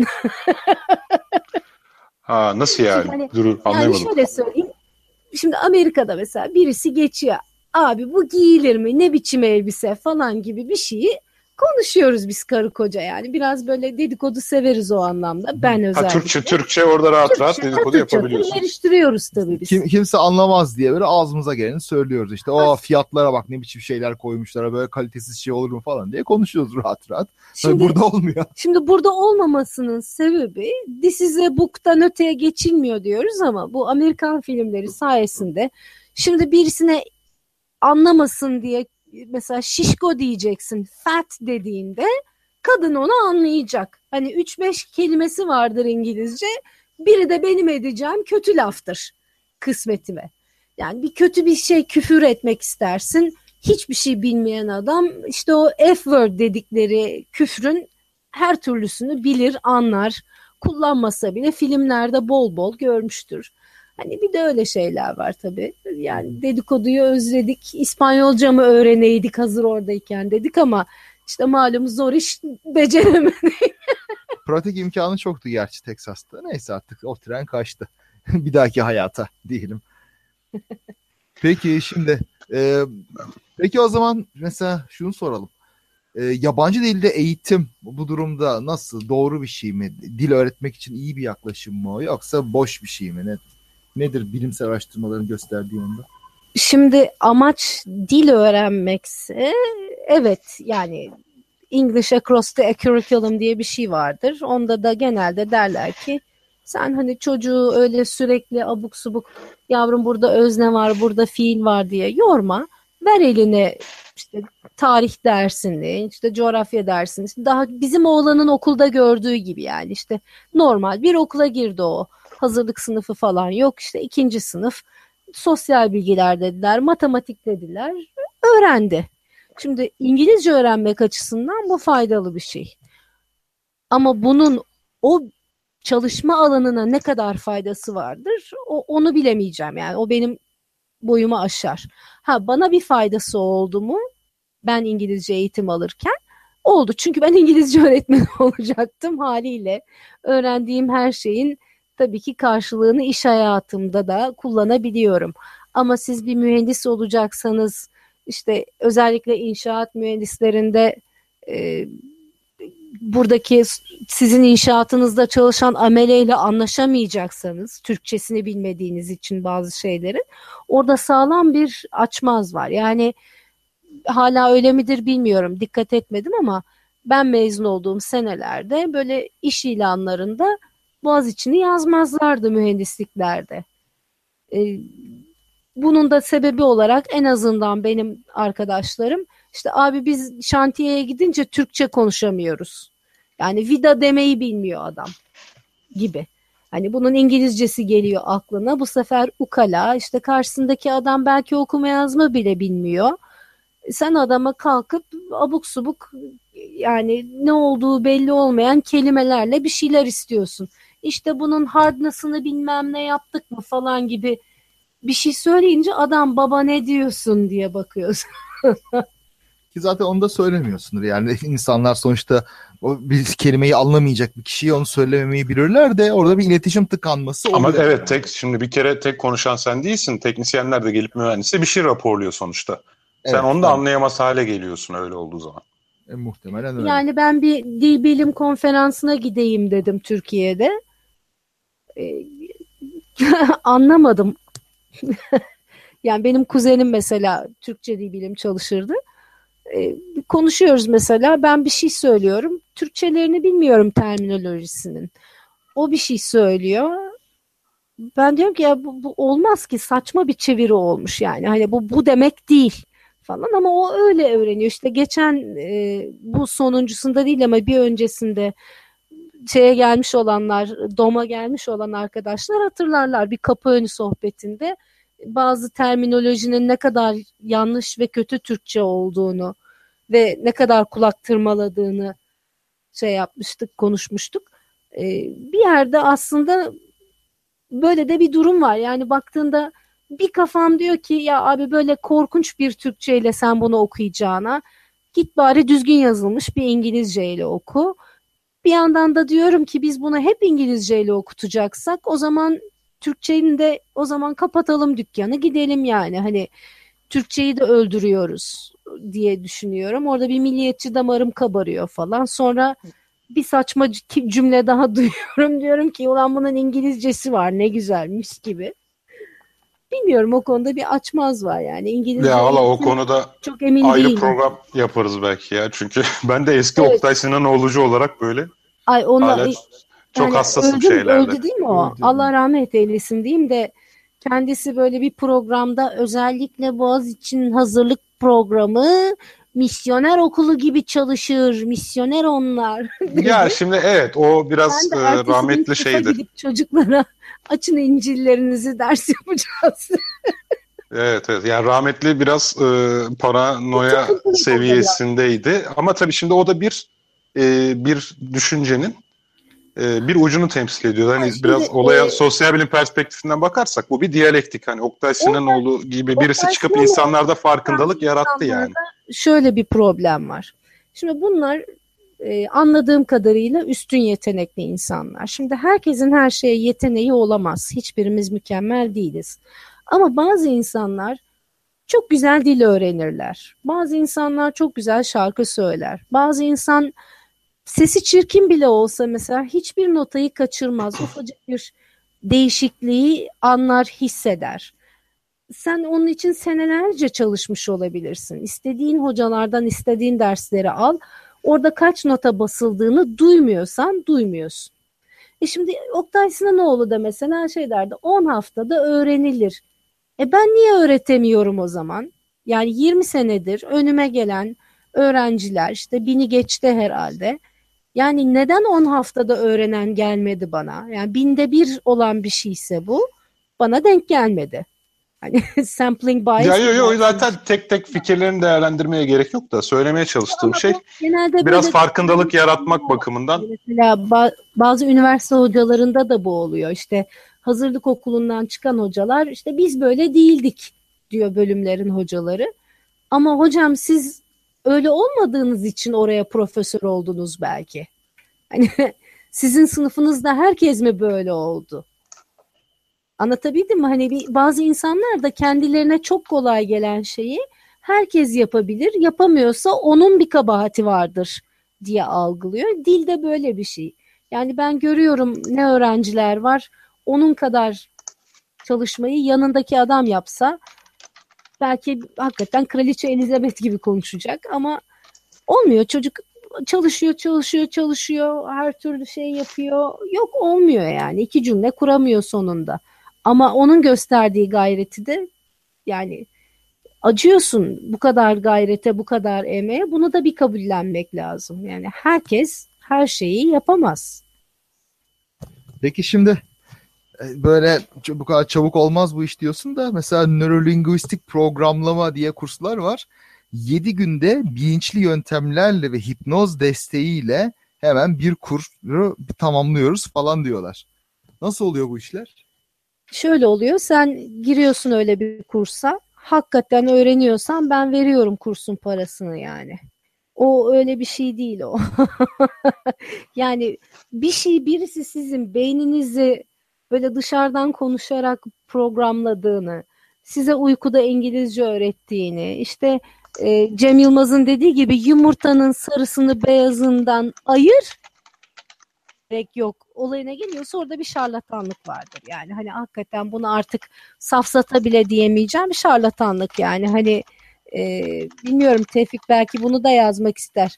A: Ha, nasıl yani?
C: Hani,
A: Dur,
C: yani
A: anlayamadım.
C: şöyle söyleyeyim. Şimdi Amerika'da mesela birisi geçiyor. Abi bu giyilir mi? Ne biçim elbise falan gibi bir şeyi konuşuyoruz biz karı koca yani. Biraz böyle dedikodu severiz o anlamda. Ben
A: Ha,
C: özellikle.
A: Türkçe, Türkçe orada rahat
C: Türkçe,
A: rahat dedikodu
C: çatır çatır
A: yapabiliyorsunuz.
C: geliştiriyoruz tabii biz.
B: Kim, kimse anlamaz diye böyle ağzımıza geleni söylüyoruz. İşte o fiyatlara bak, ne biçim şeyler koymuşlar, böyle kalitesiz şey olur mu falan diye konuşuyoruz rahat rahat. Şimdi, burada olmuyor.
C: Şimdi burada olmamasının sebebi this is a book'tan öteye geçilmiyor diyoruz ama bu Amerikan filmleri sayesinde şimdi birisine anlamasın diye mesela şişko diyeceksin, fat dediğinde kadın onu anlayacak. Hani üç beş kelimesi vardır İngilizce. Biri de benim edeceğim kötü laftır kısmetime. Yani bir kötü bir şey küfür etmek istersin. Hiçbir şey bilmeyen adam işte o F-word dedikleri küfrün her türlüsünü bilir, anlar. Kullanmasa bile filmlerde bol bol görmüştür. Hani bir de öyle şeyler var tabii. Yani dedikoduyu özledik. İspanyolca mı öğreneydik hazır oradayken dedik ama işte malum zor iş, beceremedik.
B: Pratik imkanı çoktu gerçi Teksas'ta. Neyse artık o tren kaçtı. Bir dahaki hayata diyelim. Peki şimdi e, peki o zaman mesela şunu soralım. E, yabancı dilde eğitim bu durumda nasıl? Doğru bir şey mi? Dil öğretmek için iyi bir yaklaşım mı? Yoksa boş bir şey mi? Ne, nedir bilimsel araştırmaların gösterdiği yönde?
C: Şimdi amaç dil öğrenmekse evet, yani English Across the Curriculum diye bir şey vardır. Onda da genelde derler ki sen hani çocuğu öyle sürekli abuk subuk yavrum burada özne var, burada fiil var diye yorma. Ver eline işte tarih dersini, işte coğrafya dersini. İşte daha bizim oğlanın okulda gördüğü gibi yani işte normal bir okula girdi o. Hazırlık sınıfı falan yok, işte ikinci sınıf sosyal bilgiler dediler, matematik dediler, öğrendi. Şimdi İngilizce öğrenmek açısından bu faydalı bir şey. Ama bunun o çalışma alanına ne kadar faydası vardır o, onu bilemeyeceğim. Yani o benim boyumu aşar. Ha, bana bir faydası oldu mu ben İngilizce eğitim alırken? Oldu. Çünkü ben İngilizce öğretmeni olacaktım haliyle. Öğrendiğim her şeyin tabii ki karşılığını iş hayatımda da kullanabiliyorum. Ama siz bir mühendis olacaksanız işte özellikle inşaat mühendislerinde e, buradaki sizin inşaatınızda çalışan ameleyle anlaşamayacaksanız, Türkçesini bilmediğiniz için bazı şeylerin, orada sağlam bir açmaz var. Yani hala öyle midir bilmiyorum, dikkat etmedim ama ben mezun olduğum senelerde böyle iş ilanlarında Boğaziçi'ni yazmazlardı mühendisliklerde. Ee, bunun da sebebi olarak en azından benim arkadaşlarım işte abi biz şantiyeye gidince Türkçe konuşamıyoruz. Yani vida demeyi bilmiyor adam gibi. Hani bunun İngilizcesi geliyor aklına. Bu sefer ukala, işte karşısındaki adam belki okuma yazma bile bilmiyor. Sen adama kalkıp abuk subuk yani ne olduğu belli olmayan kelimelerle bir şeyler istiyorsun. İşte bunun hardness'ını bilmem ne yaptık mı falan gibi bir şey söyleyince adam baba ne diyorsun diye bakıyorsun.
B: Ki zaten onu da söylemiyorsundur. Yani insanlar sonuçta o bir kelimeyi anlamayacak bir kişiye onu söylememeyi bilirler de orada bir iletişim tıkanması oluyor.
A: Ama evet, tek şimdi bir kere tek konuşan sen değilsin. Teknisyenler de gelip mühendise bir şey raporluyor sonuçta. Sen
B: Evet,
A: onu da
B: tabii.
A: anlayamaz hale geliyorsun öyle olduğu zaman.
B: E, muhtemelen öyle.
C: Yani ben bir dil bilim konferansına gideyim dedim Türkiye'de. Ee, anlamadım. Yani benim kuzenim mesela Türkçe dil bilim çalışırdı. Ee, konuşuyoruz mesela, ben bir şey söylüyorum. Türkçelerini bilmiyorum, terminolojisinin. O bir şey söylüyor. Ben diyorum ki ya bu, bu olmaz ki, saçma bir çeviri olmuş yani. Hani bu bu demek değil falan, ama o öyle öğreniyor. İşte geçen e, bu sonuncusunda değil ama bir öncesinde şeye gelmiş olanlar, doma gelmiş olan arkadaşlar hatırlarlar, bir kapı önü sohbetinde bazı terminolojinin ne kadar yanlış ve kötü Türkçe olduğunu ve ne kadar kulak tırmaladığını şey yapmıştık, konuşmuştuk. Ee, bir yerde aslında böyle de bir durum var. Yani baktığında bir kafam diyor ki ya abi, böyle korkunç bir Türkçeyle sen bunu okuyacağına git bari düzgün yazılmış bir İngilizceyle oku. Bir yandan da diyorum ki biz bunu hep İngilizceyle okutacaksak o zaman Türkçeyi de o zaman kapatalım dükkanı, gidelim yani. Hani Türkçeyi de öldürüyoruz diye düşünüyorum. Orada bir milliyetçi damarım kabarıyor falan. Sonra bir saçma cümle daha duyuyorum. Diyorum ki ulan bunun İngilizcesi var, ne güzelmiş gibi. Bilmiyorum, o konuda bir açmaz var yani. İngilizce
A: Ya valla o konuda
C: çok emin
A: ayrı
C: değilim.
A: program yaparız belki ya. Çünkü ben de eski
C: Evet.
A: Oktay Sinanoğlucu olarak böyle
C: Ay ona
A: hala çok
C: yani
A: hassasım
C: öldü,
A: şeylerle.
C: öldü değil mi o?
B: Öldü.
C: Allah rahmet eylesin diyeyim de, kendisi böyle bir programda özellikle Boğaziçi'nin hazırlık programı misyoner okulu gibi çalışır. Misyoner onlar dedi.
A: Ya şimdi evet, o biraz
C: Ben de
A: e,
C: ertesi gün
A: rahmetli
C: sınıfa
A: şeydi.
C: gidip çocuklara açın İncil'lerinizi ders yapacağız.
A: Evet evet, yani rahmetli biraz e, paranoya
C: Takıntılıydı o da biraz.
A: seviyesindeydi. Ama tabii şimdi o da bir e, bir düşüncenin e, bir ucunu temsil ediyor. Hani
C: Yani şimdi,
A: biraz olaya
C: e,
A: sosyal bilim perspektifinden bakarsak bu bir diyalektik. Hani Oktay
C: Orada
A: Sinanoğlu gibi birisi
C: Oktay
A: çıkıp
C: Sinanoğlu
A: insanlarda farkındalık
C: bazı
A: yarattı yani.
C: insanlarda şöyle bir problem var. Şimdi bunlar e, anladığım kadarıyla üstün yetenekli insanlar. Şimdi herkesin her şeye yeteneği olamaz. Hiçbirimiz mükemmel değiliz. Ama bazı insanlar çok güzel dil öğrenirler. Bazı insanlar çok güzel şarkı söyler. Bazı insan sesi çirkin bile olsa mesela hiçbir notayı kaçırmaz. Ufacık bir değişikliği anlar, hisseder. Sen onun için senelerce çalışmış olabilirsin. İstediğin hocalardan istediğin dersleri al. Orada kaç nota basıldığını duymuyorsan duymuyorsun. E şimdi Oktay Sinanoğlu da mesela şey derdi, on haftada öğrenilir. E ben niye öğretemiyorum o zaman? Yani yirmi senedir önüme gelen öğrenciler işte bini geçti herhalde. Yani neden on haftada öğrenen gelmedi bana? Yani binde bir olan bir şeyse bu bana denk gelmedi. Hani sampling
A: Ya
C: bias
A: yo
C: mı
A: yo,
C: dersin?
A: zaten tek tek fikirlerini değerlendirmeye gerek yok da söylemeye çalıştığım
C: Ama
A: şey
C: bu genelde
A: biraz
C: böyle
A: farkındalık yaratmak bakımından.
C: mesela ba- bazı üniversite hocalarında da bu oluyor. İşte hazırlık okulundan çıkan hocalar işte biz böyle değildik diyor bölümlerin hocaları. Ama hocam siz öyle olmadığınız için oraya profesör oldunuz belki. Hani sizin sınıfınızda herkes mi böyle oldu? Anlatabildim mi? Hani bir, bazı insanlar da kendilerine çok kolay gelen şeyi herkes yapabilir. Yapamıyorsa onun bir kabahati vardır diye algılıyor. Dil de böyle bir şey. Yani ben görüyorum ne öğrenciler var. Onun kadar çalışmayı yanındaki adam yapsa belki hakikaten Kraliçe Elizabeth gibi konuşacak ama olmuyor. Çocuk çalışıyor, çalışıyor, çalışıyor. Her türlü şey yapıyor. Yok, olmuyor yani. İki cümle kuramıyor sonunda. Ama onun gösterdiği gayreti de yani acıyorsun, bu kadar gayrete, bu kadar emeğe, bunu da bir kabullenmek lazım. Yani herkes her şeyi yapamaz.
B: Peki şimdi e, böyle bu kadar çabuk olmaz bu iş diyorsun da mesela nörolinguistik programlama diye kurslar var. yedi günde bilinçli yöntemlerle ve hipnoz desteğiyle hemen bir kursu tamamlıyoruz falan diyorlar. Nasıl oluyor bu işler?
C: Şöyle oluyor, sen giriyorsun öyle bir kursa. hakikaten öğreniyorsan ben veriyorum kursun parasını yani. O öyle bir şey değil o. Yani bir şey birisi sizin beyninizi böyle dışarıdan konuşarak programladığını, size uykuda İngilizce öğrettiğini, işte e, Cem Yılmaz'ın dediği gibi yumurtanın sarısını beyazından ayır, gerek yok olayına geliyorsa orada bir şarlatanlık vardır. Yani hani hakikaten bunu artık safsata bile diyemeyeceğim bir şarlatanlık yani hani e, bilmiyorum Tevfik belki bunu da yazmak ister.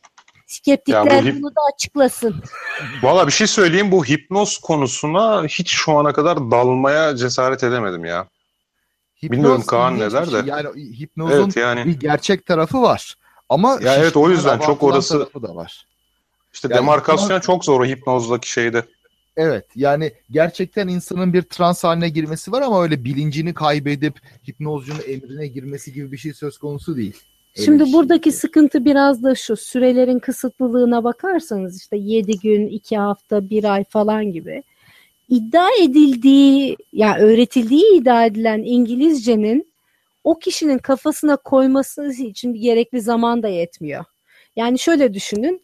C: Skeptikler
A: hip...
C: bunu da açıklasın.
A: Valla bir şey söyleyeyim, bu hipnoz konusuna hiç şu ana kadar dalmaya cesaret edemedim ya.
B: Hipnoz
A: Bilmiyorum Kaan ne der
B: şey.
A: de.
B: Yani hipnozun
A: evet, yani...
B: bir gerçek tarafı var. Ama
A: ya evet, o yüzden çok orası
B: tarafı da var.
A: İşte
B: yani
A: demarkasyon
B: hipnoz...
A: çok zor o hipnozdaki şeyde.
B: Evet, yani gerçekten insanın bir trans haline girmesi var ama öyle bilincini kaybedip hipnozcunun emrine girmesi gibi bir şey söz konusu değil. Öyle
C: Şimdi
B: şey.
C: buradaki sıkıntı biraz da şu, sürelerin kısıtlılığına bakarsanız işte yedi gün, iki hafta, bir ay falan gibi iddia edildiği, yani öğretildiği iddia edilen İngilizcenin o kişinin kafasına koyması için bir gerekli zaman da yetmiyor. Yani şöyle düşünün,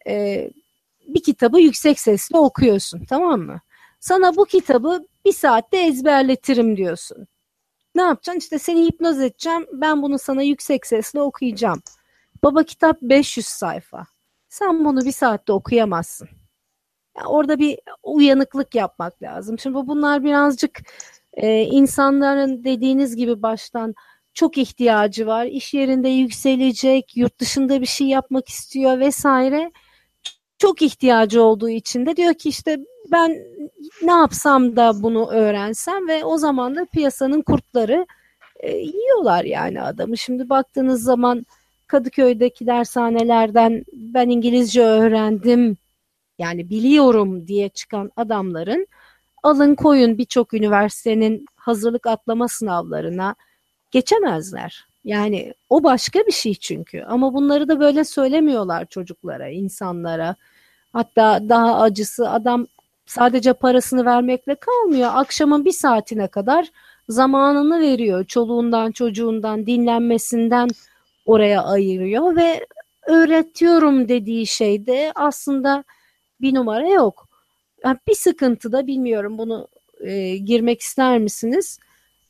C: e, bir kitabı yüksek sesle okuyorsun, tamam mı? Sana bu kitabı bir saatte ezberletirim diyorsun. Ne yapacaksın? İşte seni hipnoz edeceğim. Ben bunu sana yüksek sesle okuyacağım. Baba kitap beş yüz sayfa. Sen bunu bir saatte okuyamazsın. Yani orada bir uyanıklık yapmak lazım. Şimdi bunlar birazcık e, insanların dediğiniz gibi baştan çok ihtiyacı var. İş yerinde yükselecek, yurt dışında bir şey yapmak istiyor vesaire. Çok ihtiyacı olduğu için de diyor ki işte ben ne yapsam da bunu öğrensem ve o zaman da piyasanın kurtları e, yiyorlar yani adamı. Şimdi baktığınız zaman Kadıköy'deki dershanelerden ben İngilizce öğrendim yani biliyorum diye çıkan adamların alın koyun birçok üniversitenin hazırlık atlama sınavlarına geçemezler. Yani o başka bir şey çünkü ama bunları da böyle söylemiyorlar çocuklara, insanlara. Hatta daha acısı adam sadece parasını vermekle kalmıyor. Akşamın bir saatine kadar zamanını veriyor. Çoluğundan çocuğundan dinlenmesinden oraya ayırıyor ve öğretiyorum dediği şeyde aslında bir numara yok. Yani bir sıkıntı da bilmiyorum bunu e, girmek ister misiniz?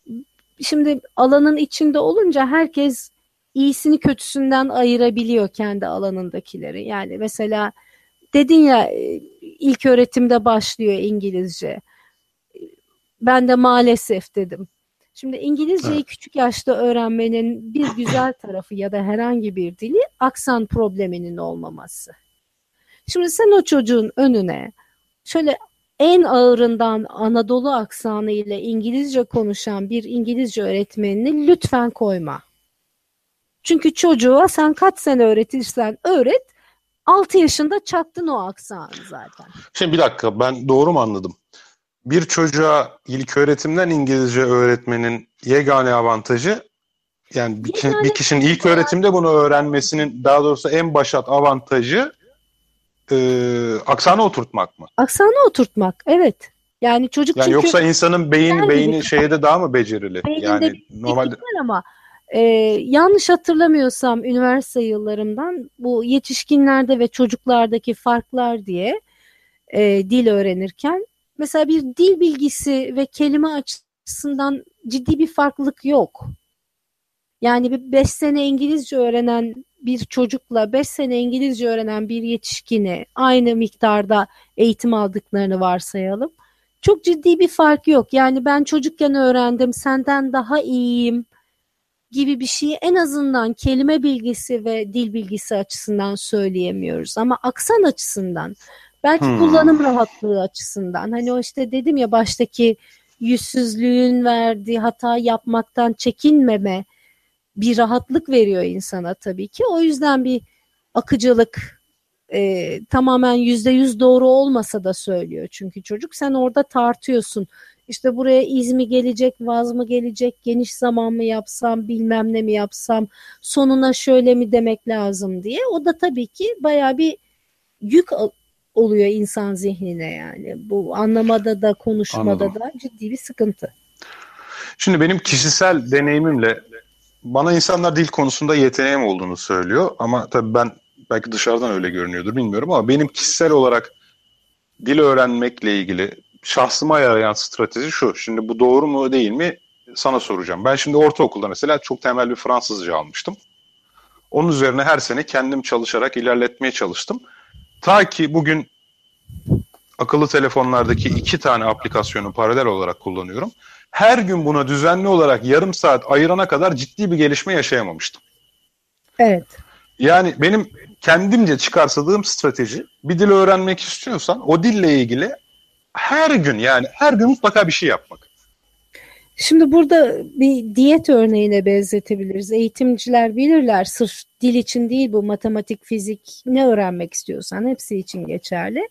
C: Şimdi alanın içinde olunca herkes iyisini kötüsünden ayırabiliyor kendi alanındakileri. Yani mesela dedin ya ilk öğretimde başlıyor İngilizce. Ben de maalesef dedim. Şimdi İngilizceyi evet. Küçük yaşta öğrenmenin bir güzel tarafı ya da herhangi bir dili aksan probleminin olmaması. Şimdi sen o çocuğun önüne şöyle en ağırından Anadolu aksanı ile İngilizce konuşan bir İngilizce öğretmenini lütfen koyma. Çünkü çocuğa sen kaç sene öğretirsen öğret, altı yaşında çaktın o aksanı zaten.
A: Şimdi bir dakika, ben doğru mu anladım? Bir çocuğa ilköğretimden İngilizce öğretmenin yegane avantajı, yani bir, yegane bir kişinin ilk öğretimde bunu öğrenmesinin, daha doğrusu en başat avantajı e, aksanı oturtmak mı?
C: Aksanı oturtmak, evet. Yani çocuk
A: yani
C: çünkü...
A: Yoksa insanın beyin beyni şeyde daha mı becerili?
C: Beyninde
A: yani normalde
C: ama e, yanlış hatırlamıyorsam üniversite yıllarımdan bu yetişkinlerde ve çocuklardaki farklar diye e, dil öğrenirken mesela bir dil bilgisi ve kelime açısından ciddi bir farklılık yok. Yani bir beş sene İngilizce öğrenen bir çocukla beş sene İngilizce öğrenen bir yetişkini aynı miktarda eğitim aldıklarını varsayalım. Çok ciddi bir fark yok. Yani ben çocukken öğrendim, senden daha iyiyim gibi bir şeyi en azından kelime bilgisi ve dil bilgisi açısından söyleyemiyoruz. Ama aksan açısından, belki hmm. kullanım rahatlığı açısından, hani o işte dedim ya baştaki yüzsüzlüğün verdiği hata yapmaktan çekinmeme bir rahatlık veriyor insana tabii ki. O yüzden bir akıcılık e, tamamen yüzde yüz doğru olmasa da söylüyor. Çünkü çocuk sen orada tartıyorsun. İşte buraya iz mi gelecek, vaz mı gelecek, geniş zaman mı yapsam, bilmem ne mi yapsam, sonuna şöyle mi demek lazım diye. O da tabii ki bayağı bir yük oluyor insan zihnine yani. Bu anlamada da konuşmada Anladım. da ciddi bir sıkıntı.
A: Şimdi benim kişisel deneyimimle bana insanlar dil konusunda yeteneğim olduğunu söylüyor ama tabii ben belki dışarıdan öyle görünüyordur bilmiyorum ama benim kişisel olarak dil öğrenmekle ilgili şahsıma yarayan strateji şu. Şimdi bu doğru mu değil mi sana soracağım. Ben şimdi ortaokulda mesela çok temel bir Fransızca almıştım. Onun üzerine her sene kendim çalışarak ilerletmeye çalıştım. Ta ki bugün akıllı telefonlardaki iki tane aplikasyonu paralel olarak kullanıyorum. Her gün buna düzenli olarak yarım saat ayırana kadar ciddi bir gelişme yaşayamamıştım.
C: Evet.
A: Yani benim kendimce çıkarsadığım strateji, bir dil öğrenmek istiyorsan o dille ilgili her gün yani her gün mutlaka bir şey yapmak.
C: Şimdi burada bir diyet örneğine benzetebiliriz. Eğitimciler bilirler, sırf dil için değil, bu matematik, fizik, ne öğrenmek istiyorsan hepsi için geçerli.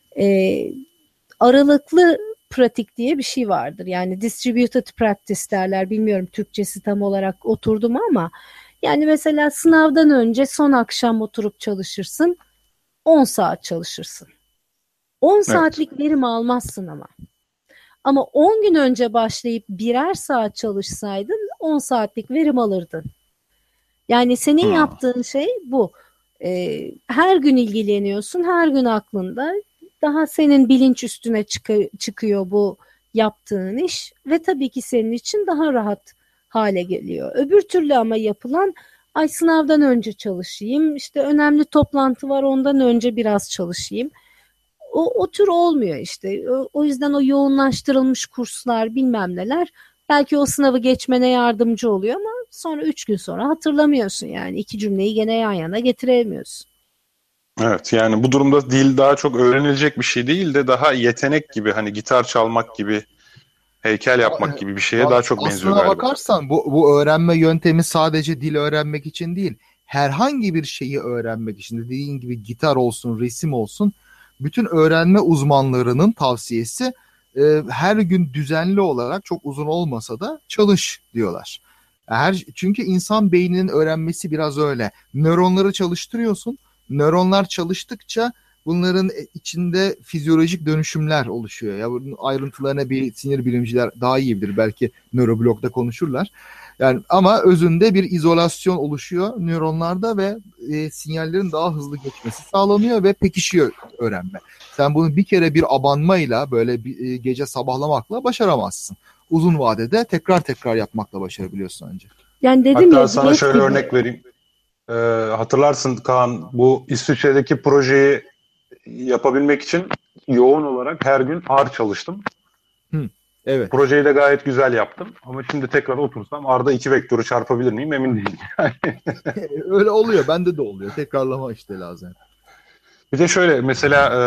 C: Ee, aralıklı pratik diye bir şey vardır. Yani distributed practice derler. Bilmiyorum Türkçesi tam olarak oturdu mu ama yani mesela sınavdan önce son akşam oturup çalışırsın. on saat çalışırsın. on
A: Evet.
C: saatlik verim almazsın ama. Ama on gün önce başlayıp birer saat çalışsaydın on saatlik verim alırdın. Yani senin
A: Hmm.
C: yaptığın şey bu. Ee, her gün ilgileniyorsun, her gün aklında. Daha senin bilinç üstüne çık- çıkıyor bu yaptığın iş ve tabii ki senin için daha rahat hale geliyor. Öbür türlü ama yapılan, ay sınavdan önce çalışayım, işte önemli toplantı var ondan önce biraz çalışayım. O, o tür olmuyor işte. O, o yüzden o yoğunlaştırılmış kurslar bilmem neler belki o sınavı geçmene yardımcı oluyor ama sonra üç gün sonra hatırlamıyorsun yani. İki cümleyi gene yan yana getiremiyorsun.
A: Evet, yani bu durumda dil daha çok öğrenilecek bir şey değil de daha yetenek gibi, hani gitar çalmak gibi, heykel yapmak gibi bir şeye daha çok benziyor
B: Aslına
A: galiba.
B: bakarsan bu, bu öğrenme yöntemi sadece dil öğrenmek için değil. Herhangi bir şeyi öğrenmek için, dediğin gibi gitar olsun, resim olsun, bütün öğrenme uzmanlarının tavsiyesi e, her gün düzenli olarak, çok uzun olmasa da çalış diyorlar. Her, çünkü insan beyninin öğrenmesi biraz öyle. Nöronları çalıştırıyorsun. Nöronlar çalıştıkça bunların içinde fizyolojik dönüşümler oluşuyor. Ya bunun ayrıntılarına bir sinir bilimciler daha iyi bilir. Belki nöroblogda konuşurlar. Yani ama özünde bir izolasyon oluşuyor nöronlarda ve e, sinyallerin daha hızlı geçmesi sağlanıyor ve pekişiyor öğrenme. Sen bunu bir kere bir abanmayla, böyle bir e, gece sabahlamakla başaramazsın. Uzun vadede tekrar tekrar yapmakla başarabiliyorsun ancak.
C: Yani dedim
A: Hatta
C: ya,
A: sana
C: diyet
A: şöyle
C: gibi.
A: örnek vereyim. Ee, hatırlarsın Kaan, bu İsviçre'deki projeyi yapabilmek için yoğun olarak her gün ağır çalıştım.
B: Hı, evet.
A: Projeyi de gayet güzel yaptım. Ama şimdi tekrar otursam Arda iki vektörü çarpabilir miyim emin değilim.
B: Öyle oluyor. Bende de oluyor. Tekrarlama işte lazım.
A: Bir de şöyle mesela e,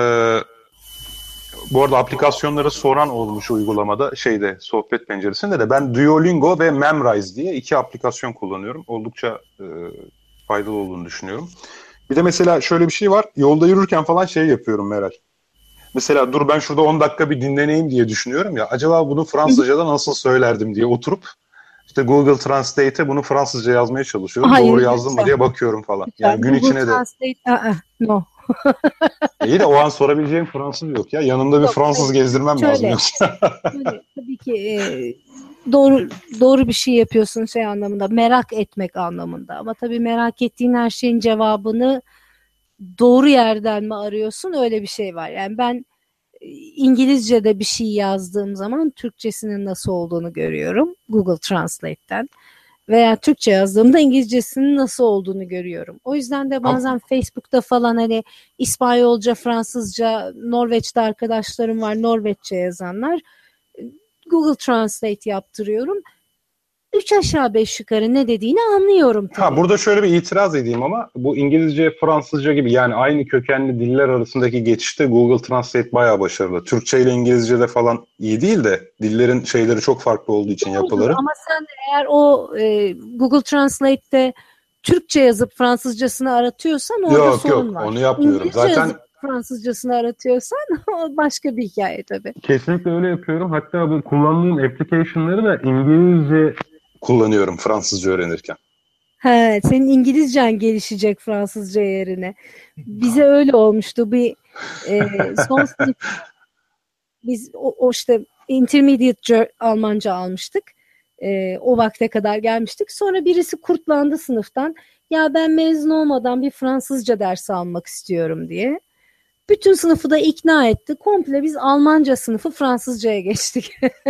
A: bu arada aplikasyonları soran olmuş uygulamada, şeyde, sohbet penceresinde de ben Duolingo ve Memrise diye iki aplikasyon kullanıyorum. Oldukça e, faydalı olduğunu düşünüyorum. Bir de mesela şöyle bir şey var. Yolda yürürken falan şey yapıyorum Meral. Mesela dur ben şurada on dakika bir dinleneyim diye düşünüyorum ya. Acaba bunu Fransızca'da nasıl söylerdim diye oturup işte Google Translate'e bunu Fransızca yazmaya çalışıyorum.
C: Hayır,
A: Doğru yazdım mı
C: lütfen.
A: diye bakıyorum falan.
C: Lütfen.
A: Yani gün
C: Google
A: içine de.
C: Translate, aa, no.
A: İyi de o an sorabileceğim Fransız yok ya. Yanımda bir
C: Yok,
A: Fransız
C: hayır.
A: gezdirmem
C: Şöyle,
A: lazım yoksa.
C: Şöyle, tabii ki e, doğru doğru bir şey yapıyorsun şey anlamında, merak etmek anlamında. Ama tabii merak ettiğin her şeyin cevabını doğru yerden mi arıyorsun, öyle bir şey var. Yani ben e, İngilizce'de bir şey yazdığım zaman Türkçesinin nasıl olduğunu görüyorum Google Translate'ten. Veya Türkçe yazdığımda İngilizcesinin nasıl olduğunu görüyorum. O yüzden de bazen Facebook'ta falan hani İspanyolca, Fransızca, Norveç'te arkadaşlarım var, Norveççe yazanlar. Google Translate yaptırıyorum. Üç aşağı beş yukarı ne dediğini anlıyorum tabii.
A: Ha, burada şöyle bir itiraz edeyim ama bu İngilizce, Fransızca gibi yani aynı kökenli diller arasındaki geçişte Google Translate bayağı başarılı. Türkçe ile İngilizce'de falan iyi değil de dillerin şeyleri çok farklı olduğu için
C: Doğrudur,
A: yapıları.
C: ama sen eğer o e, Google Translate'te Türkçe yazıp Fransızcasını aratıyorsan orada
A: Yok
C: sorun
A: yok
C: var.
A: onu yapmıyorum.
C: İngilizce
A: Zaten
C: yazıp Fransızcasını aratıyorsan o başka bir hikaye tabii.
A: kesinlikle öyle yapıyorum. Hatta bu kullandığım application'ları da İngilizce kullanıyorum Fransızca öğrenirken.
C: He, senin İngilizcen gelişecek Fransızca yerine. Bize öyle olmuştu. Bir e, son sınıf biz o, o işte intermediate Almanca almıştık. E, o vakte kadar gelmiştik. Sonra birisi kurtlandı sınıftan. Ya ben mezun olmadan bir Fransızca dersi almak istiyorum diye. Bütün sınıfı da ikna etti. Komple biz Almanca sınıfı Fransızcaya geçtik.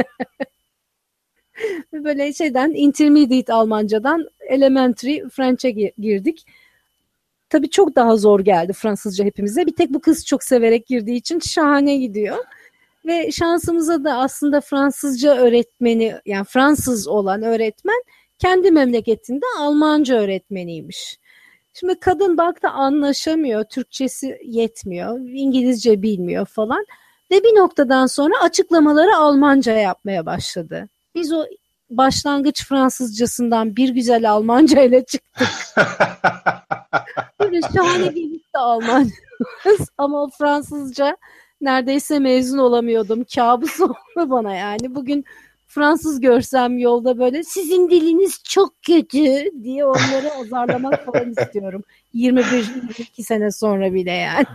C: Böyle şeyden intermediate Almancadan elementary French'e girdik. Tabii çok daha zor geldi Fransızca hepimize. Bir tek bu kız çok severek girdiği için şahane gidiyor. Ve şansımıza da aslında Fransızca öğretmeni, yani Fransız olan öğretmen kendi memleketinde Almanca öğretmeniymiş. Şimdi kadın baktı anlaşamıyor, Türkçesi yetmiyor, İngilizce bilmiyor falan. Ve bir noktadan sonra açıklamaları Almanca yapmaya başladı. Biz o başlangıç Fransızcasından bir güzel Almanca ile çıktık. Böyle şahane bir liste Almanca. Ama o Fransızca neredeyse mezun olamıyordum. Kabus oldu bana yani. Bugün Fransız görsem yolda böyle sizin diliniz çok kötü diye onları azarlamak falan istiyorum. yirmi bir yirmi iki sene sonra bile yani.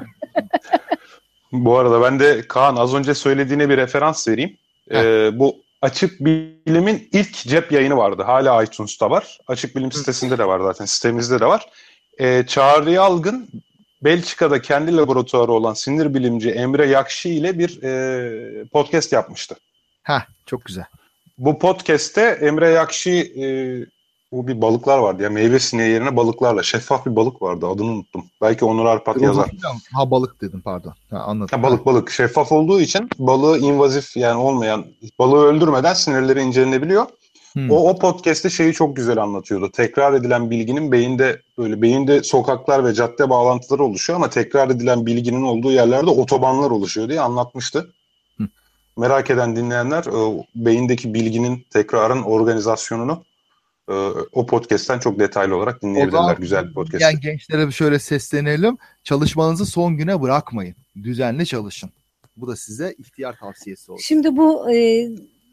A: Bu arada ben de Kaan az önce söylediğine bir referans vereyim. Ee, bu Açık Bilim'in ilk cep yayını vardı. Hala iTunes'ta var. Açık Bilim sitesinde de var zaten. Sitemizde de var. Ee, Çağrı Yalgın Belçika'da kendi laboratuvarı olan sinir bilimci Emre Yakşi ile bir e, podcast yapmıştı.
B: Ha, çok güzel.
A: Bu podcast'te Emre Yakşi e, bu bir balıklar vardı ya, meyve sineği yerine balıklarla şeffaf bir balık vardı, adını unuttum. Belki Onur Arpat yazar.
B: Ha, balık dedim, pardon. Ha, anladım.
A: Ha, balık balık şeffaf olduğu için balığı invazif, yani olmayan, balığı öldürmeden sinirleri incelenebiliyor. Hmm. O, o podcast'te şeyi çok güzel anlatıyordu. Tekrar edilen bilginin beyinde böyle beyinde sokaklar ve cadde bağlantıları oluşuyor ama tekrar edilen bilginin olduğu yerlerde otobanlar oluşuyor diye anlatmıştı. Hmm. Merak eden dinleyenler o, beyindeki bilginin tekrarın organizasyonunu e, o podcast'ten çok detaylı olarak dinleyebilirler. Güzel bir podcast.
B: Yani gençlere şöyle seslenelim. Çalışmanızı son güne bırakmayın. Düzenli çalışın. Bu da size ihtiyar tavsiyesi olsun.
C: Şimdi bu e,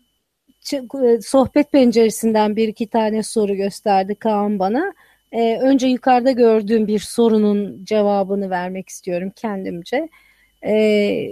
C: sohbet penceresinden bir iki tane soru gösterdi Kaan bana. Ee, önce yukarıda gördüğüm bir sorunun cevabını vermek istiyorum kendimce. Ee,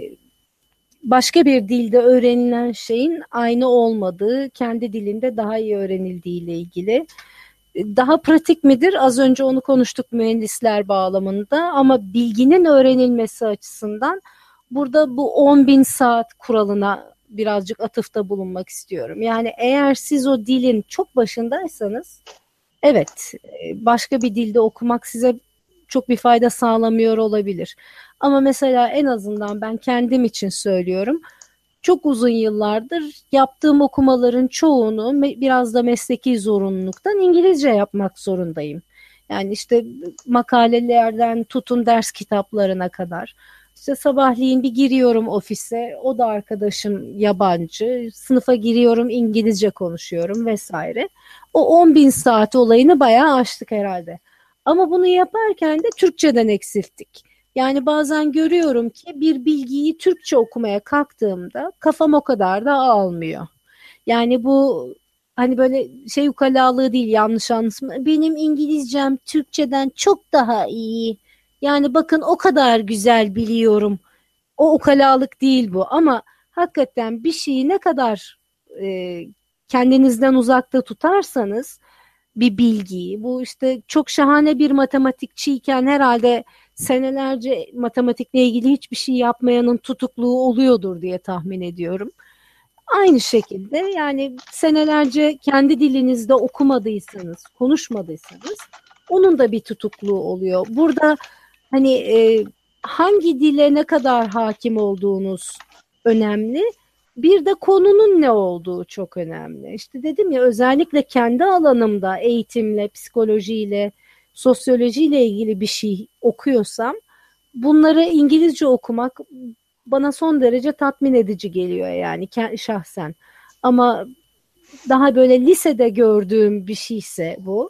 C: başka bir dilde öğrenilen şeyin aynı olmadığı, kendi dilinde daha iyi öğrenildiği ile ilgili. Daha pratik midir? Az önce onu konuştuk mühendisler bağlamında, ama bilginin öğrenilmesi açısından burada bu on bin saat kuralına birazcık atıfta bulunmak istiyorum. Yani eğer siz o dilin çok başındaysanız, evet, başka bir dilde okumak size çok bir fayda sağlamıyor olabilir. Ama mesela en azından ben kendim için söylüyorum. Çok uzun yıllardır yaptığım okumaların çoğunu biraz da mesleki zorunluluktan İngilizce yapmak zorundayım. Yani işte makalelerden tutun ders kitaplarına kadar. İşte sabahleyin bir giriyorum ofise, o da arkadaşım yabancı, sınıfa giriyorum, İngilizce konuşuyorum vesaire. O on bin saat olayını bayağı aştık herhalde. Ama bunu yaparken de Türkçeden eksilttik. Yani bazen görüyorum ki bir bilgiyi Türkçe okumaya kalktığımda kafam o kadar da almıyor. Yani bu hani böyle şey ukalalığı değil, yanlış anlaşılma. Benim İngilizcem Türkçeden çok daha iyi. Yani bakın o kadar güzel biliyorum. O ukalalık değil bu, ama hakikaten bir şeyi ne kadar e, kendinizden uzakta tutarsanız bir bilgiyi, bu işte çok şahane bir matematikçiyken herhalde senelerce matematikle ilgili hiçbir şey yapmayanın tutukluğu oluyordur diye tahmin ediyorum. Aynı şekilde yani senelerce kendi dilinizde okumadıysanız, konuşmadıysanız onun da bir tutukluğu oluyor. Burada hani e, hangi dile ne kadar hakim olduğunuz önemli. Bir de konunun ne olduğu çok önemli. İşte dedim ya, özellikle kendi alanımda eğitimle, psikolojiyle, sosyolojiyle ilgili bir şey okuyorsam bunları İngilizce okumak bana son derece tatmin edici geliyor yani şahsen. Ama daha böyle lisede gördüğüm bir şeyse bu,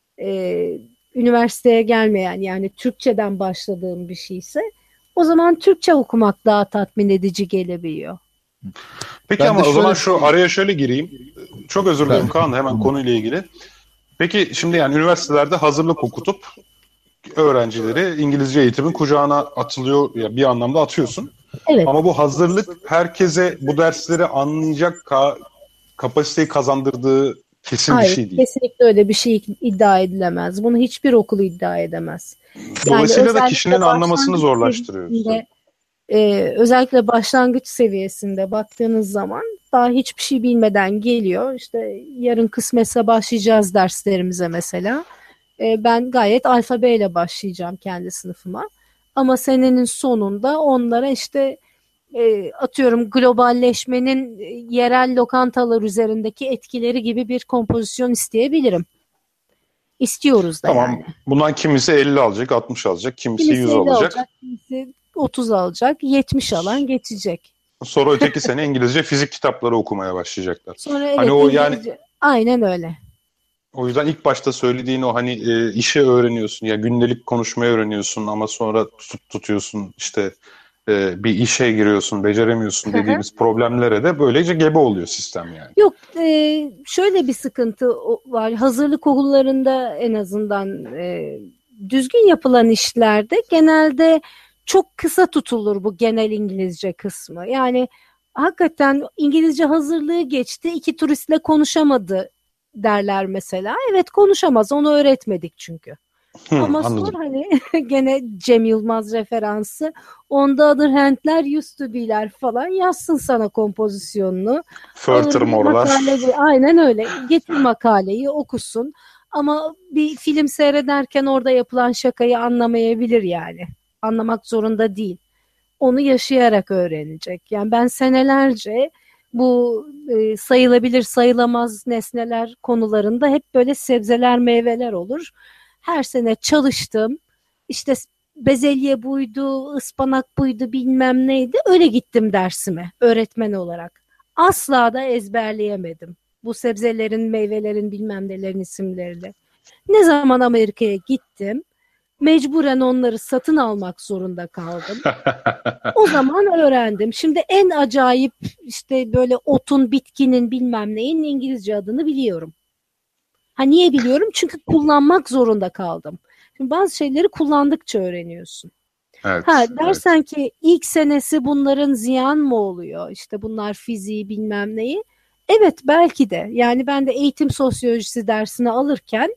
C: e, üniversiteye gelmeyen, yani Türkçeden başladığım bir şeyse, o zaman Türkçe okumak daha tatmin edici gelebiliyor.
A: Peki ben ama o zaman şu araya şöyle gireyim. Çok özür dilerim Kaan, hemen konuyla ilgili. Peki şimdi yani üniversitelerde hazırlık okutup öğrencileri İngilizce eğitimin kucağına atılıyor, ya bir anlamda atıyorsun.
C: Evet.
A: Ama bu hazırlık herkese bu dersleri anlayacak ka- kapasiteyi kazandırdığı Kesin
C: Hayır,
A: bir şey değil.
C: kesinlikle öyle bir şey iddia edilemez. Bunu hiçbir okul iddia edemez.
A: Dolayısıyla
C: yani
A: da kişinin anlamasını zorlaştırıyor.
C: E, özellikle başlangıç seviyesinde baktığınız zaman daha hiçbir şey bilmeden geliyor. İşte yarın kısmetse başlayacağız derslerimize mesela. E, ben gayet alfabeyle başlayacağım kendi sınıfıma. Ama senenin sonunda onlara işte e, atıyorum globalleşmenin yerel lokantalar üzerindeki etkileri gibi bir kompozisyon isteyebilirim. İstiyoruz da
A: tamam.
C: yani.
A: Bundan kimisi elli alacak, altmış alacak, kimisi,
C: kimisi
A: yüz alacak.
C: alacak. Kimisi otuz alacak, yetmiş alan geçecek.
A: Sonra öteki sene İngilizce fizik kitapları okumaya başlayacaklar.
C: Sonra evet
A: hani o
C: İngilizce. Yani aynen öyle.
A: O yüzden ilk başta söylediğin o hani e, işi öğreniyorsun ya gündelik konuşmayı öğreniyorsun ama sonra tut, tutuyorsun işte e, bir işe giriyorsun beceremiyorsun dediğimiz problemlere de böylece gebe oluyor sistem yani.
C: Yok e, şöyle bir sıkıntı var hazırlık okullarında en azından e, düzgün yapılan işlerde genelde çok kısa tutulur bu genel İngilizce kısmı. Yani hakikaten İngilizce hazırlığı geçti iki turistle konuşamadı derler mesela. Evet konuşamaz onu öğretmedik çünkü. Hı, ama anladım. Sonra hani gene Cem Yılmaz referansı on the other hand'ler used to be'ler falan yazsın sana kompozisyonunu.
A: Furthermore'lar.
C: Aynen öyle. Getir makaleyi okusun. Ama bir film seyrederken orada yapılan şakayı anlamayabilir yani. Anlamak zorunda değil. Onu yaşayarak öğrenecek. Yani ben senelerce bu e, sayılabilir sayılamaz nesneler konularında hep böyle sebzeler meyveler olur. Her sene çalıştım. İşte bezelye buydu, ıspanak buydu bilmem neydi. Öyle gittim dersime öğretmen olarak. Asla da ezberleyemedim. Bu sebzelerin, meyvelerin bilmem nelerin isimlerini. Ne zaman Amerika'ya gittim mecburen onları satın almak zorunda kaldım. O zaman öğrendim. Şimdi en acayip işte böyle otun, bitkinin bilmem neyin İngilizce adını biliyorum. Ha niye biliyorum? Çünkü kullanmak zorunda kaldım. Şimdi bazı şeyleri kullandıkça öğreniyorsun.
A: Evet,
C: ha dersen
A: evet.
C: ki ilk senesi bunların ziyan mı oluyor? İşte bunlar fiziği bilmem neyi. Evet belki de. Yani ben de eğitim sosyolojisi dersini alırken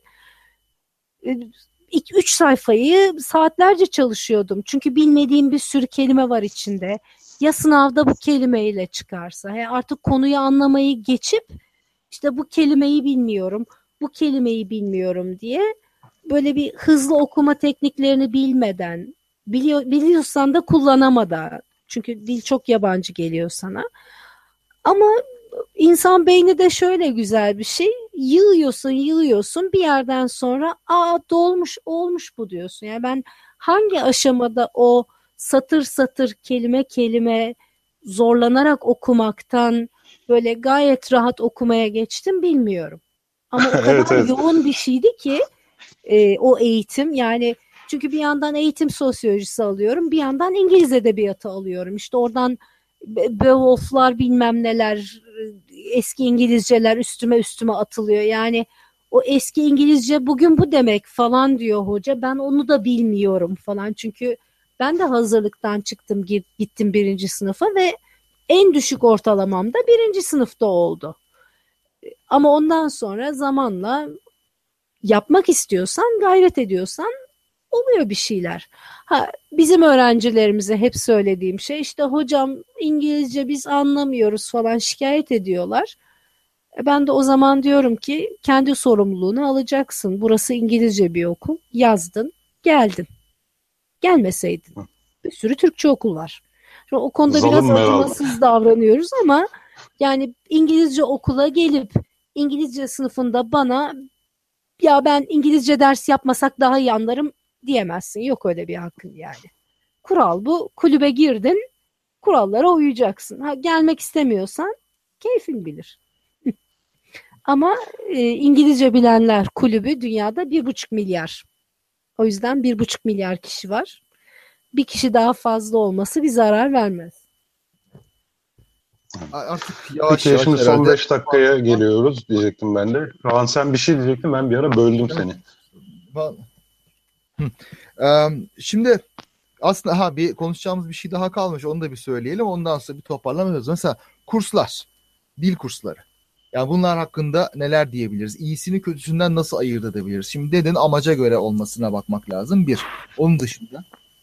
C: İlk üç sayfayı saatlerce çalışıyordum. Çünkü bilmediğim bir sürü kelime var içinde. Ya sınavda bu kelimeyle çıkarsa. Yani artık konuyu anlamayı geçip işte bu kelimeyi bilmiyorum, bu kelimeyi bilmiyorum diye böyle bir hızlı okuma tekniklerini bilmeden, biliyor, biliyorsan da kullanamadan. Çünkü dil çok yabancı geliyor sana. Ama İnsan beyni de şöyle güzel bir şey. Yığıyorsun, yığıyorsun bir yerden sonra aa dolmuş, olmuş bu diyorsun. Yani ben hangi aşamada o satır satır kelime kelime zorlanarak okumaktan böyle gayet rahat okumaya geçtim bilmiyorum. Ama o kadar evet, evet. yoğun bir şeydi ki e, o eğitim yani çünkü bir yandan eğitim sosyolojisi alıyorum, bir yandan İngiliz edebiyatı alıyorum. İşte oradan Beowulf'lar bilmem neler eski İngilizceler üstüme üstüme atılıyor. Yani o eski İngilizce bugün bu demek falan diyor hoca. Ben onu da bilmiyorum falan. Çünkü ben de hazırlıktan çıktım gittim birinci sınıfa ve en düşük ortalamam da birinci sınıfta oldu. Ama ondan sonra zamanla yapmak istiyorsan, gayret ediyorsan oluyor bir şeyler. Ha, bizim öğrencilerimize hep söylediğim şey işte hocam İngilizce biz anlamıyoruz falan şikayet ediyorlar. Ben de o zaman diyorum ki kendi sorumluluğunu alacaksın. Burası İngilizce bir okul. Yazdın, geldin. Gelmeseydin. Bir sürü Türkçe okul var. Şimdi o konuda Zalım biraz acımasız davranıyoruz ama yani İngilizce okula gelip İngilizce sınıfında bana ya ben İngilizce ders yapmasak daha iyi anlarım diyemezsin. Yok öyle bir hakkın yani. Kural bu. Kulübe girdin, kurallara uyacaksın. Ha, gelmek istemiyorsan keyfin bilir. Ama e, İngilizce bilenler kulübü dünyada bir buçuk milyar. O yüzden bir buçuk milyar kişi var. Bir kişi daha fazla olması bir zarar vermez.
A: Artık yavaş Peki, yavaş şimdi herhalde. Son beş dakikaya geliyoruz diyecektim ben de. Kaan sen bir şey diyecektin, ben bir ara böldüm seni.
B: Şimdi aslında ha bir konuşacağımız bir şey daha kalmış. Onu da bir söyleyelim. Ondan sonra bir toparlamayacağız. Mesela kurslar, dil kursları. Yani bunlar hakkında neler diyebiliriz? İyisini kötüsünden nasıl ayırt edebiliriz? Şimdi dedin amaca göre olmasına bakmak lazım. Bir. Onun dışında.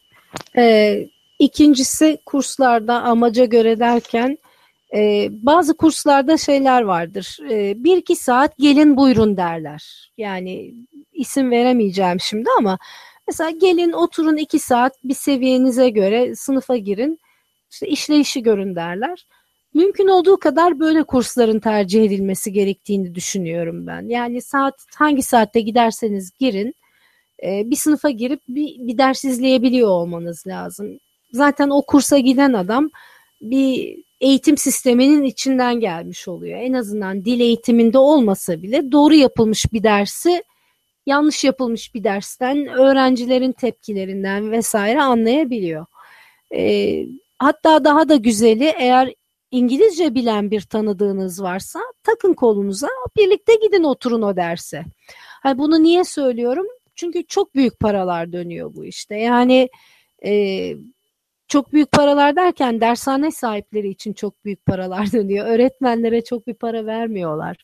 C: Ee, ikincisi kurslarda amaca göre derken e, bazı kurslarda şeyler vardır. E, bir iki saat gelin buyurun derler. Yani isim veremeyeceğim şimdi ama mesela gelin oturun iki saat bir seviyenize göre sınıfa girin. İşte işleyişi görün derler. Mümkün olduğu kadar böyle kursların tercih edilmesi gerektiğini düşünüyorum ben. Yani saat hangi saatte giderseniz girin. Bir sınıfa girip bir, bir ders izleyebiliyor olmanız lazım. Zaten o kursa giden adam bir eğitim sisteminin içinden gelmiş oluyor. En azından dil eğitiminde olmasa bile doğru yapılmış bir dersi yanlış yapılmış bir dersten öğrencilerin tepkilerinden vesaire anlayabiliyor. E, hatta daha da güzeli eğer İngilizce bilen bir tanıdığınız varsa takın kolunuza birlikte gidin oturun o derse. Hani bunu niye söylüyorum? Çünkü çok büyük paralar dönüyor bu işte. Yani e, çok büyük paralar derken dershane sahipleri için çok büyük paralar dönüyor. Öğretmenlere çok bir para vermiyorlar.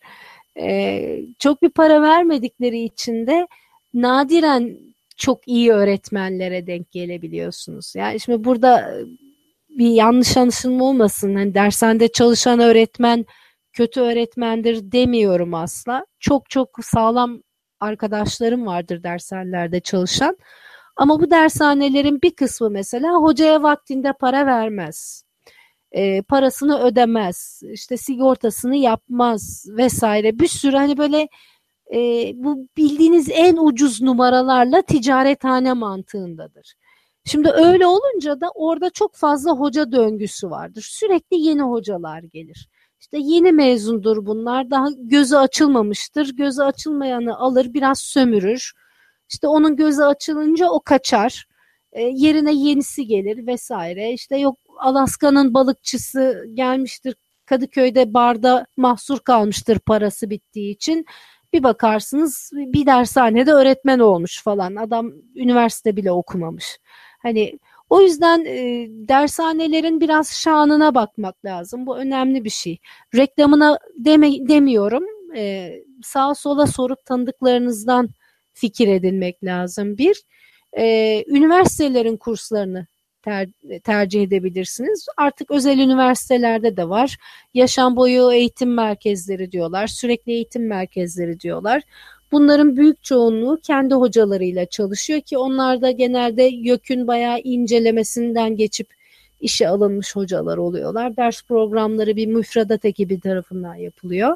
C: E, çok bir para vermedikleri için de nadiren çok iyi öğretmenlere denk gelebiliyorsunuz. Yani şimdi burada bir yanlış anlaşılma olmasın. Hani dershanede çalışan öğretmen kötü öğretmendir demiyorum asla. Çok çok sağlam arkadaşlarım vardır dershanelerde çalışan. Ama bu dershanelerin bir kısmı mesela hocaya vaktinde para vermez. E, parasını ödemez. İşte sigortasını yapmaz vesaire. Bir sürü hani böyle e, bu bildiğiniz en ucuz numaralarla ticarethane mantığındadır. Şimdi öyle olunca da orada çok fazla hoca döngüsü vardır. Sürekli yeni hocalar gelir. İşte yeni mezundur bunlar. Daha gözü açılmamıştır. Gözü açılmayanı alır biraz sömürür. İşte onun gözü açılınca o kaçar. E, yerine yenisi gelir vesaire. İşte yok Alaska'nın balıkçısı gelmiştir. Kadıköy'de barda mahsur kalmıştır parası bittiği için. Bir bakarsınız bir dershanede öğretmen olmuş falan. Adam üniversite bile okumamış. Hani o yüzden e, dershanelerin biraz şanına bakmak lazım. Bu önemli bir şey. Reklamına deme, demiyorum. E, sağa sola sorup tanıdıklarınızdan fikir edinmek lazım. Bir, e, üniversitelerin kurslarını ter, tercih edebilirsiniz. Artık özel üniversitelerde de var. Yaşam boyu eğitim merkezleri diyorlar. Sürekli eğitim merkezleri diyorlar. Bunların büyük çoğunluğu kendi hocalarıyla çalışıyor ki onlar da genelde YÖK'ün bayağı incelemesinden geçip işe alınmış hocalar oluyorlar. Ders programları bir müfredat ekibi tarafından yapılıyor.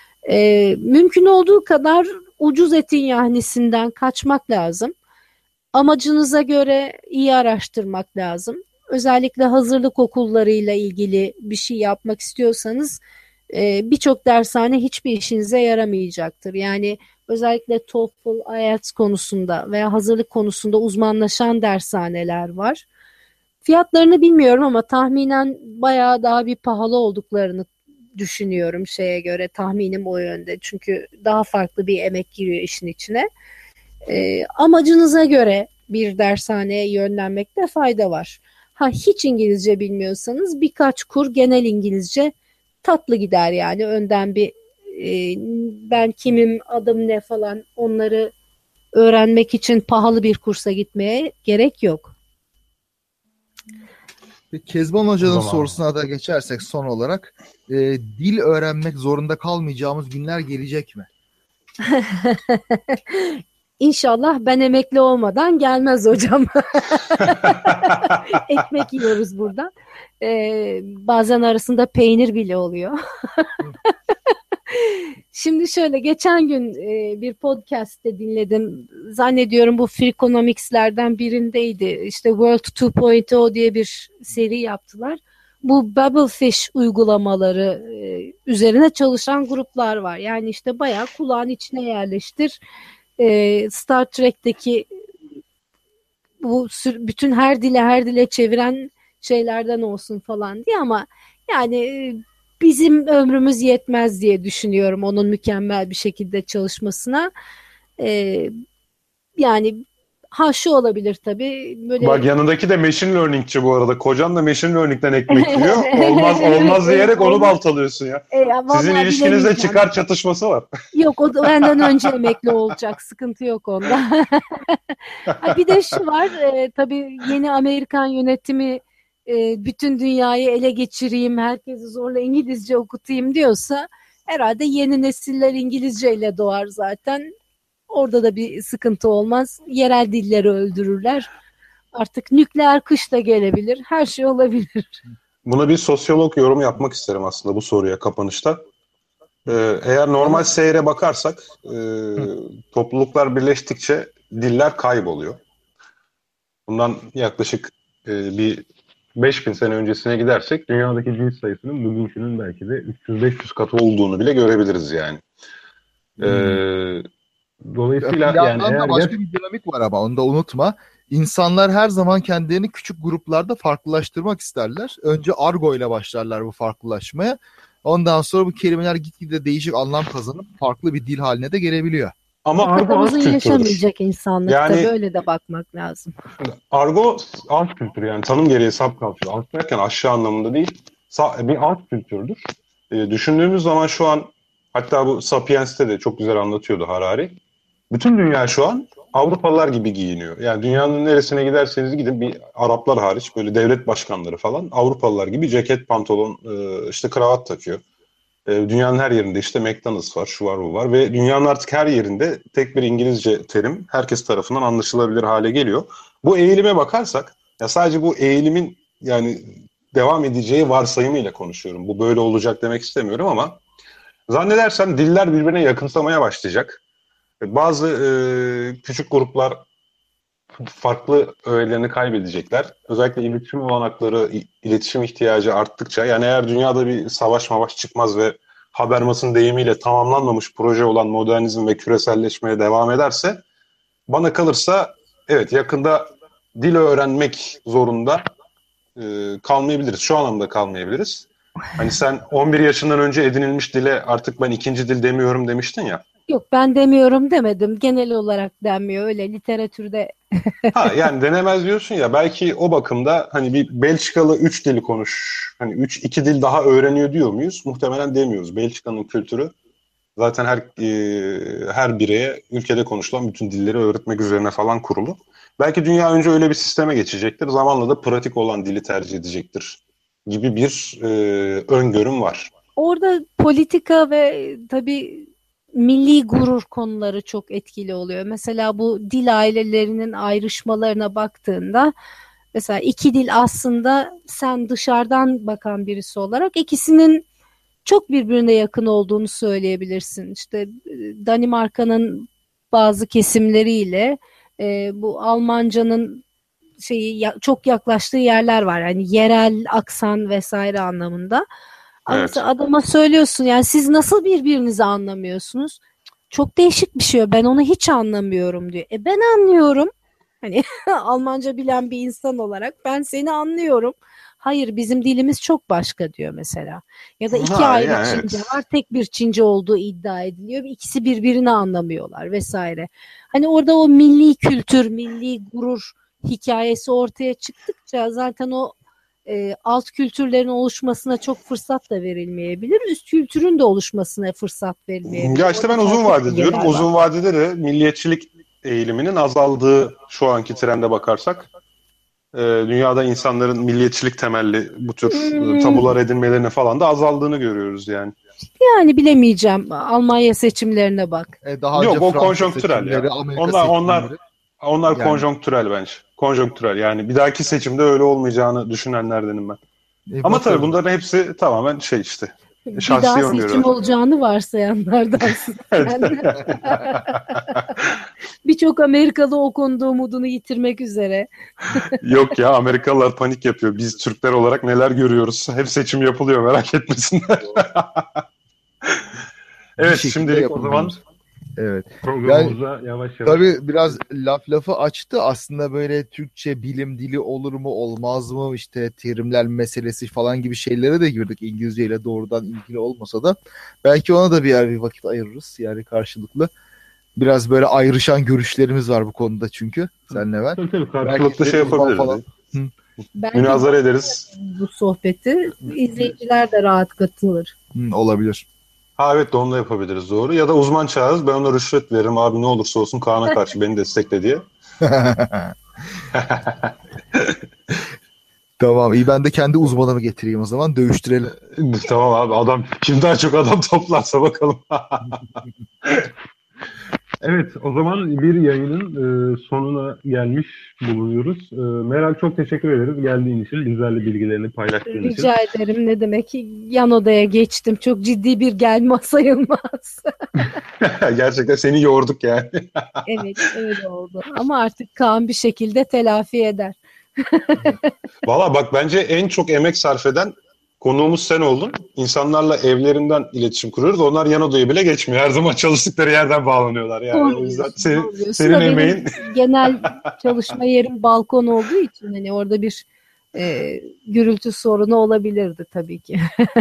C: Ee, mümkün olduğu kadar ucuz etin yahnisinden kaçmak lazım. Amacınıza göre iyi araştırmak lazım. Özellikle hazırlık okullarıyla ilgili bir şey yapmak istiyorsanız e, birçok dershane hiçbir işinize yaramayacaktır. Yani özellikle TOEFL, I E L T S konusunda veya hazırlık konusunda uzmanlaşan dershaneler var. Fiyatlarını bilmiyorum ama tahminen bayağı daha bir pahalı olduklarını düşünüyorum şeye göre. Tahminim o yönde. Çünkü daha farklı bir emek giriyor işin içine. E, amacınıza göre bir dershaneye yönlenmekte fayda var. Ha hiç İngilizce bilmiyorsanız birkaç kur genel İngilizce tatlı gider yani. Önden bir e, ben kimim, adım ne falan onları öğrenmek için pahalı bir kursa gitmeye gerek yok.
B: Kezban Hoca'nın sorusuna da geçersek son olarak e, dil öğrenmek zorunda kalmayacağımız günler gelecek mi?
C: İnşallah ben emekli olmadan gelmez hocam. Ekmek yiyoruz buradan. Ee, bazen arasında peynir bile oluyor. Şimdi şöyle geçen gün e, bir podcast'te dinledim. Zannediyorum bu Freakonomics'lerden birindeydi. İşte World iki nokta sıfır diye bir seri yaptılar. Bu Babelfish uygulamaları e, üzerine çalışan gruplar var. Yani işte bayağı kulağın içine yerleştir. E, Star Trek'teki bu bütün her dile her dile çeviren şeylerden olsun falan diye ama yani bizim ömrümüz yetmez diye düşünüyorum onun mükemmel bir şekilde çalışmasına. Ee, yani Ha şu olabilir tabii. Böyle...
A: Bak yanındaki de machine learningçi bu arada. Kocan da machine learning'den ekmek yiyor. Olmaz olmaz diyerek onu baltalıyorsun ya.
C: E, ya
A: Sizin ilişkinizde çıkar çatışması var.
C: Yok, o da benden önce emekli olacak. Sıkıntı yok onda. Ha, bir de şu var. E, tabii yeni Amerikan yönetimi e, bütün dünyayı ele geçireyim, herkesi zorla İngilizce okutayım diyorsa herhalde yeni nesiller İngilizceyle doğar zaten. Orada da bir sıkıntı olmaz. Yerel dilleri öldürürler. Artık nükleer kış da gelebilir. Her şey olabilir.
A: Buna bir sosyolog yorum yapmak isterim aslında bu soruya kapanışta. Ee, eğer normal seyre bakarsak e, topluluklar birleştikçe diller kayboluyor. Bundan yaklaşık e, bir beş bin sene öncesine gidersek dünyadaki dil sayısının bugünkünün belki de üç yüz beş yüz katı olduğunu bile görebiliriz yani. Ee, dolayısıyla
B: ya,
A: yani eğer
B: başka bir dinamik var ama onu da unutma. İnsanlar her zaman kendilerini küçük gruplarda farklılaştırmak isterler. Önce argo ile başlarlar bu farklılaşmaya. Ondan sonra bu kelimeler gitgide değişik anlam kazanıp farklı bir dil haline de gelebiliyor.
A: Ama argo alt kültürdür.
C: Yaşamayacak insanlıkta
A: yani,
C: böyle de bakmak lazım.
A: Argo alt kültür yani tanım gereği subculture. Alt derken aşağı anlamında değil. Bir alt kültürdür. E, düşündüğümüz zaman şu an hatta bu Sapiens'te de çok güzel anlatıyordu Harari. Bütün dünya şu an Avrupalılar gibi giyiniyor. Yani dünyanın neresine giderseniz gidin bir Araplar hariç böyle devlet başkanları falan Avrupalılar gibi ceket, pantolon, işte kravat takıyor. Dünyanın her yerinde işte McDonald's var, şu var bu var ve dünyanın artık her yerinde tek bir İngilizce terim herkes tarafından anlaşılabilir hale geliyor. Bu eğilime bakarsak ya sadece bu eğilimin yani devam edeceği varsayımıyla konuşuyorum. Bu böyle olacak demek istemiyorum ama zannedersem diller birbirine yakınsamaya başlayacak. Bazı e, küçük gruplar farklı öğelerini kaybedecekler. Özellikle iletişim olanakları, iletişim ihtiyacı arttıkça yani eğer dünyada bir savaş mavaş çıkmaz ve Habermas'ın deyimiyle tamamlanmamış proje olan modernizm ve küreselleşmeye devam ederse bana kalırsa evet yakında dil öğrenmek zorunda e, kalmayabiliriz. Şu anlamda kalmayabiliriz. Hani sen on bir yaşından önce edinilmiş dile artık ben ikinci dil demiyorum demiştin ya.
C: Yok ben demiyorum demedim. Genel olarak denmiyor öyle literatürde.
A: Ha yani denemez diyorsun ya belki o bakımda hani bir Belçikalı üç dili konuş. Hani üç iki dil daha öğreniyor diyor muyuz? Muhtemelen demiyoruz. Belçika'nın kültürü zaten her e, her bireye ülkede konuşulan bütün dilleri öğretmek üzerine falan kurulu. Belki dünya önce öyle bir sisteme geçecektir. Zamanla da pratik olan dili tercih edecektir gibi bir e, öngörüm var.
C: Orada politika ve tabii milli gurur konuları çok etkili oluyor. Mesela bu dil ailelerinin ayrışmalarına baktığında mesela iki dil aslında sen dışarıdan bakan birisi olarak ikisinin çok birbirine yakın olduğunu söyleyebilirsin. İşte Danimarka'nın bazı kesimleriyle e, bu Almanca'nın şeyi ya, çok yaklaştığı yerler var. Yani yerel aksan vesaire anlamında. Evet. Adama söylüyorsun yani siz nasıl birbirinizi anlamıyorsunuz? Çok değişik bir şey. Ben onu hiç anlamıyorum diyor. E ben anlıyorum. Hani Almanca bilen bir insan olarak ben seni anlıyorum. Hayır bizim dilimiz çok başka diyor mesela. Ya da iki ha, ayrı yani Çince evet. var. Tek bir Çince olduğu iddia ediliyor. İkisi birbirini anlamıyorlar vesaire. Hani orada o milli kültür, milli gurur hikayesi ortaya çıktıkça zaten o E, alt kültürlerin oluşmasına çok fırsat da verilmeyebilir. Üst kültürün de oluşmasına fırsat verilmeyebilir.
A: Ya işte ben uzun vade diyorum. Var. Uzun vadede de milliyetçilik eğiliminin azaldığı şu anki trende bakarsak e, dünyada insanların milliyetçilik temelli bu tür hmm. tabular edinmelerine falan da azaldığını görüyoruz yani.
C: Yani bilemeyeceğim. Almanya seçimlerine bak.
A: E, daha Yok o konjonktürel ya. Onlar onlar onlar yani. konjonktürel bence. Konjonktürel yani bir dahaki seçimde öyle olmayacağını düşünenlerdenim ben. E, Ama tabii bunların hepsi tamamen şey işte.
C: Bir daha seçim görüyorum. olacağını varsayanlardansın. Birçok Amerikalı o konuda umudunu yitirmek üzere.
A: Yok ya Amerikalılar panik yapıyor. Biz Türkler olarak neler görüyoruz. Hep seçim yapılıyor merak etmesinler. Evet şimdilik o zaman
B: evet.
A: Programımıza yani, yavaş yavaş.
B: Tabii biraz laf lafı açtı. Aslında böyle Türkçe bilim dili olur mu olmaz mı işte terimler meselesi falan gibi şeylere de girdik. İngilizce ile doğrudan ilgili olmasa da belki ona da bir yer bir vakit ayırırız yani karşılıklı. Biraz böyle ayrışan görüşlerimiz var bu konuda çünkü. Senle ben.
A: Tabii tabii karşılıklı şey yapabiliriz. Falan. Münazara ederiz.
C: Bu sohbeti izleyiciler de rahat katılır.
B: Hı, olabilir.
A: Ha evet de onu da yapabiliriz doğru. Ya da uzman çağırırız. Ben ona rüşvet veririm. Abi ne olursa olsun Kaan'a karşı beni destekle diye.
B: Tamam iyi ben de kendi uzmanımı getireyim o zaman dövüştürelim.
A: Tamam abi adam kim daha çok adam toplarsa bakalım. Evet o zaman bir yayının e, sonuna gelmiş bulunuyoruz. E, Meral çok teşekkür ederiz geldiğin için, bizlerle bilgilerini paylaştığın için.
C: Rica ederim ne demek ki yan odaya geçtim. Çok ciddi bir gelme sayılmaz.
A: Gerçekten seni yorduk yani.
C: Evet öyle oldu ama artık Kaan bir şekilde telafi eder.
A: Valla bak bence en çok emek sarf eden konuğumuz sen oldun. İnsanlarla evlerinden iletişim kuruyoruz. Onlar yan odaya bile geçmiyor. Her zaman çalıştıkları yerden bağlanıyorlar. Yani
C: Doğru
A: o yüzden
C: diyorsun,
A: senin,
C: doğru diyorsun.
A: senin
C: Benim
A: emeğin...
C: genel çalışma yerim balkon olduğu için hani orada bir e, gürültü sorunu olabilirdi tabii ki.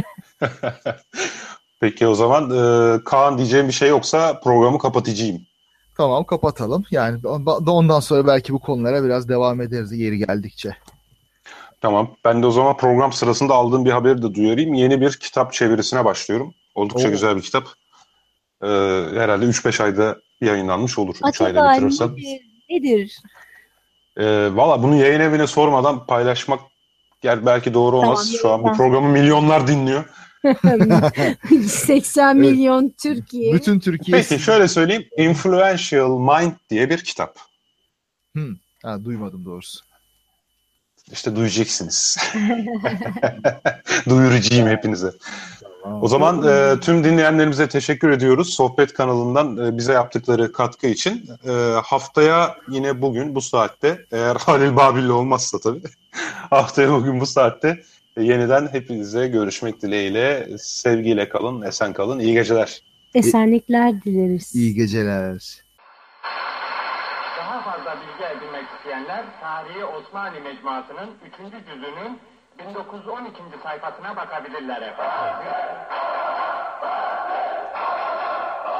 A: Peki o zaman e, Kaan diyeceğim bir şey yoksa programı kapatacağım.
B: Tamam kapatalım. Yani ondan sonra belki bu konulara biraz devam ederiz yeri geldikçe.
A: Tamam. Ben de o zaman program sırasında aldığım bir haberi de duyurayım. Yeni bir kitap çevirisine başlıyorum. Oldukça
B: Oo.
A: güzel bir kitap. Ee, herhalde üç beş ayda yayınlanmış olur. üç ayda
C: Acaba
A: bitirirsem.
C: nedir? nedir?
A: Ee, Valla bunu yayın evine sormadan paylaşmak gel belki doğru olmaz.
C: Tamam,
A: Şu an bu programı milyonlar dinliyor.
C: seksen milyon Türkiye.
B: Bütün Türkiye.
A: Peki şöyle söyleyeyim. Influential Mind diye bir kitap.
B: Hmm. Ha, duymadım doğrusu.
A: İşte duyacaksınız. Duyuracağım hepinize. O zaman e, tüm dinleyenlerimize teşekkür ediyoruz. Sohbet kanalından e, bize yaptıkları katkı için. E, haftaya yine bugün bu saatte, eğer Halil Babil'le olmazsa tabii, haftaya bugün bu saatte e, yeniden hepinize görüşmek dileğiyle. Sevgiyle kalın, esen kalın. İyi geceler.
C: Esenlikler dileriz.
B: İyi geceler.
D: Daha fazla bilgi edinmek isteyenler Tarihi Osmanlı Mecmuası'nın üçüncü cüzünün bin dokuz yüz on ikinci sayfasına bakabilirler efendim.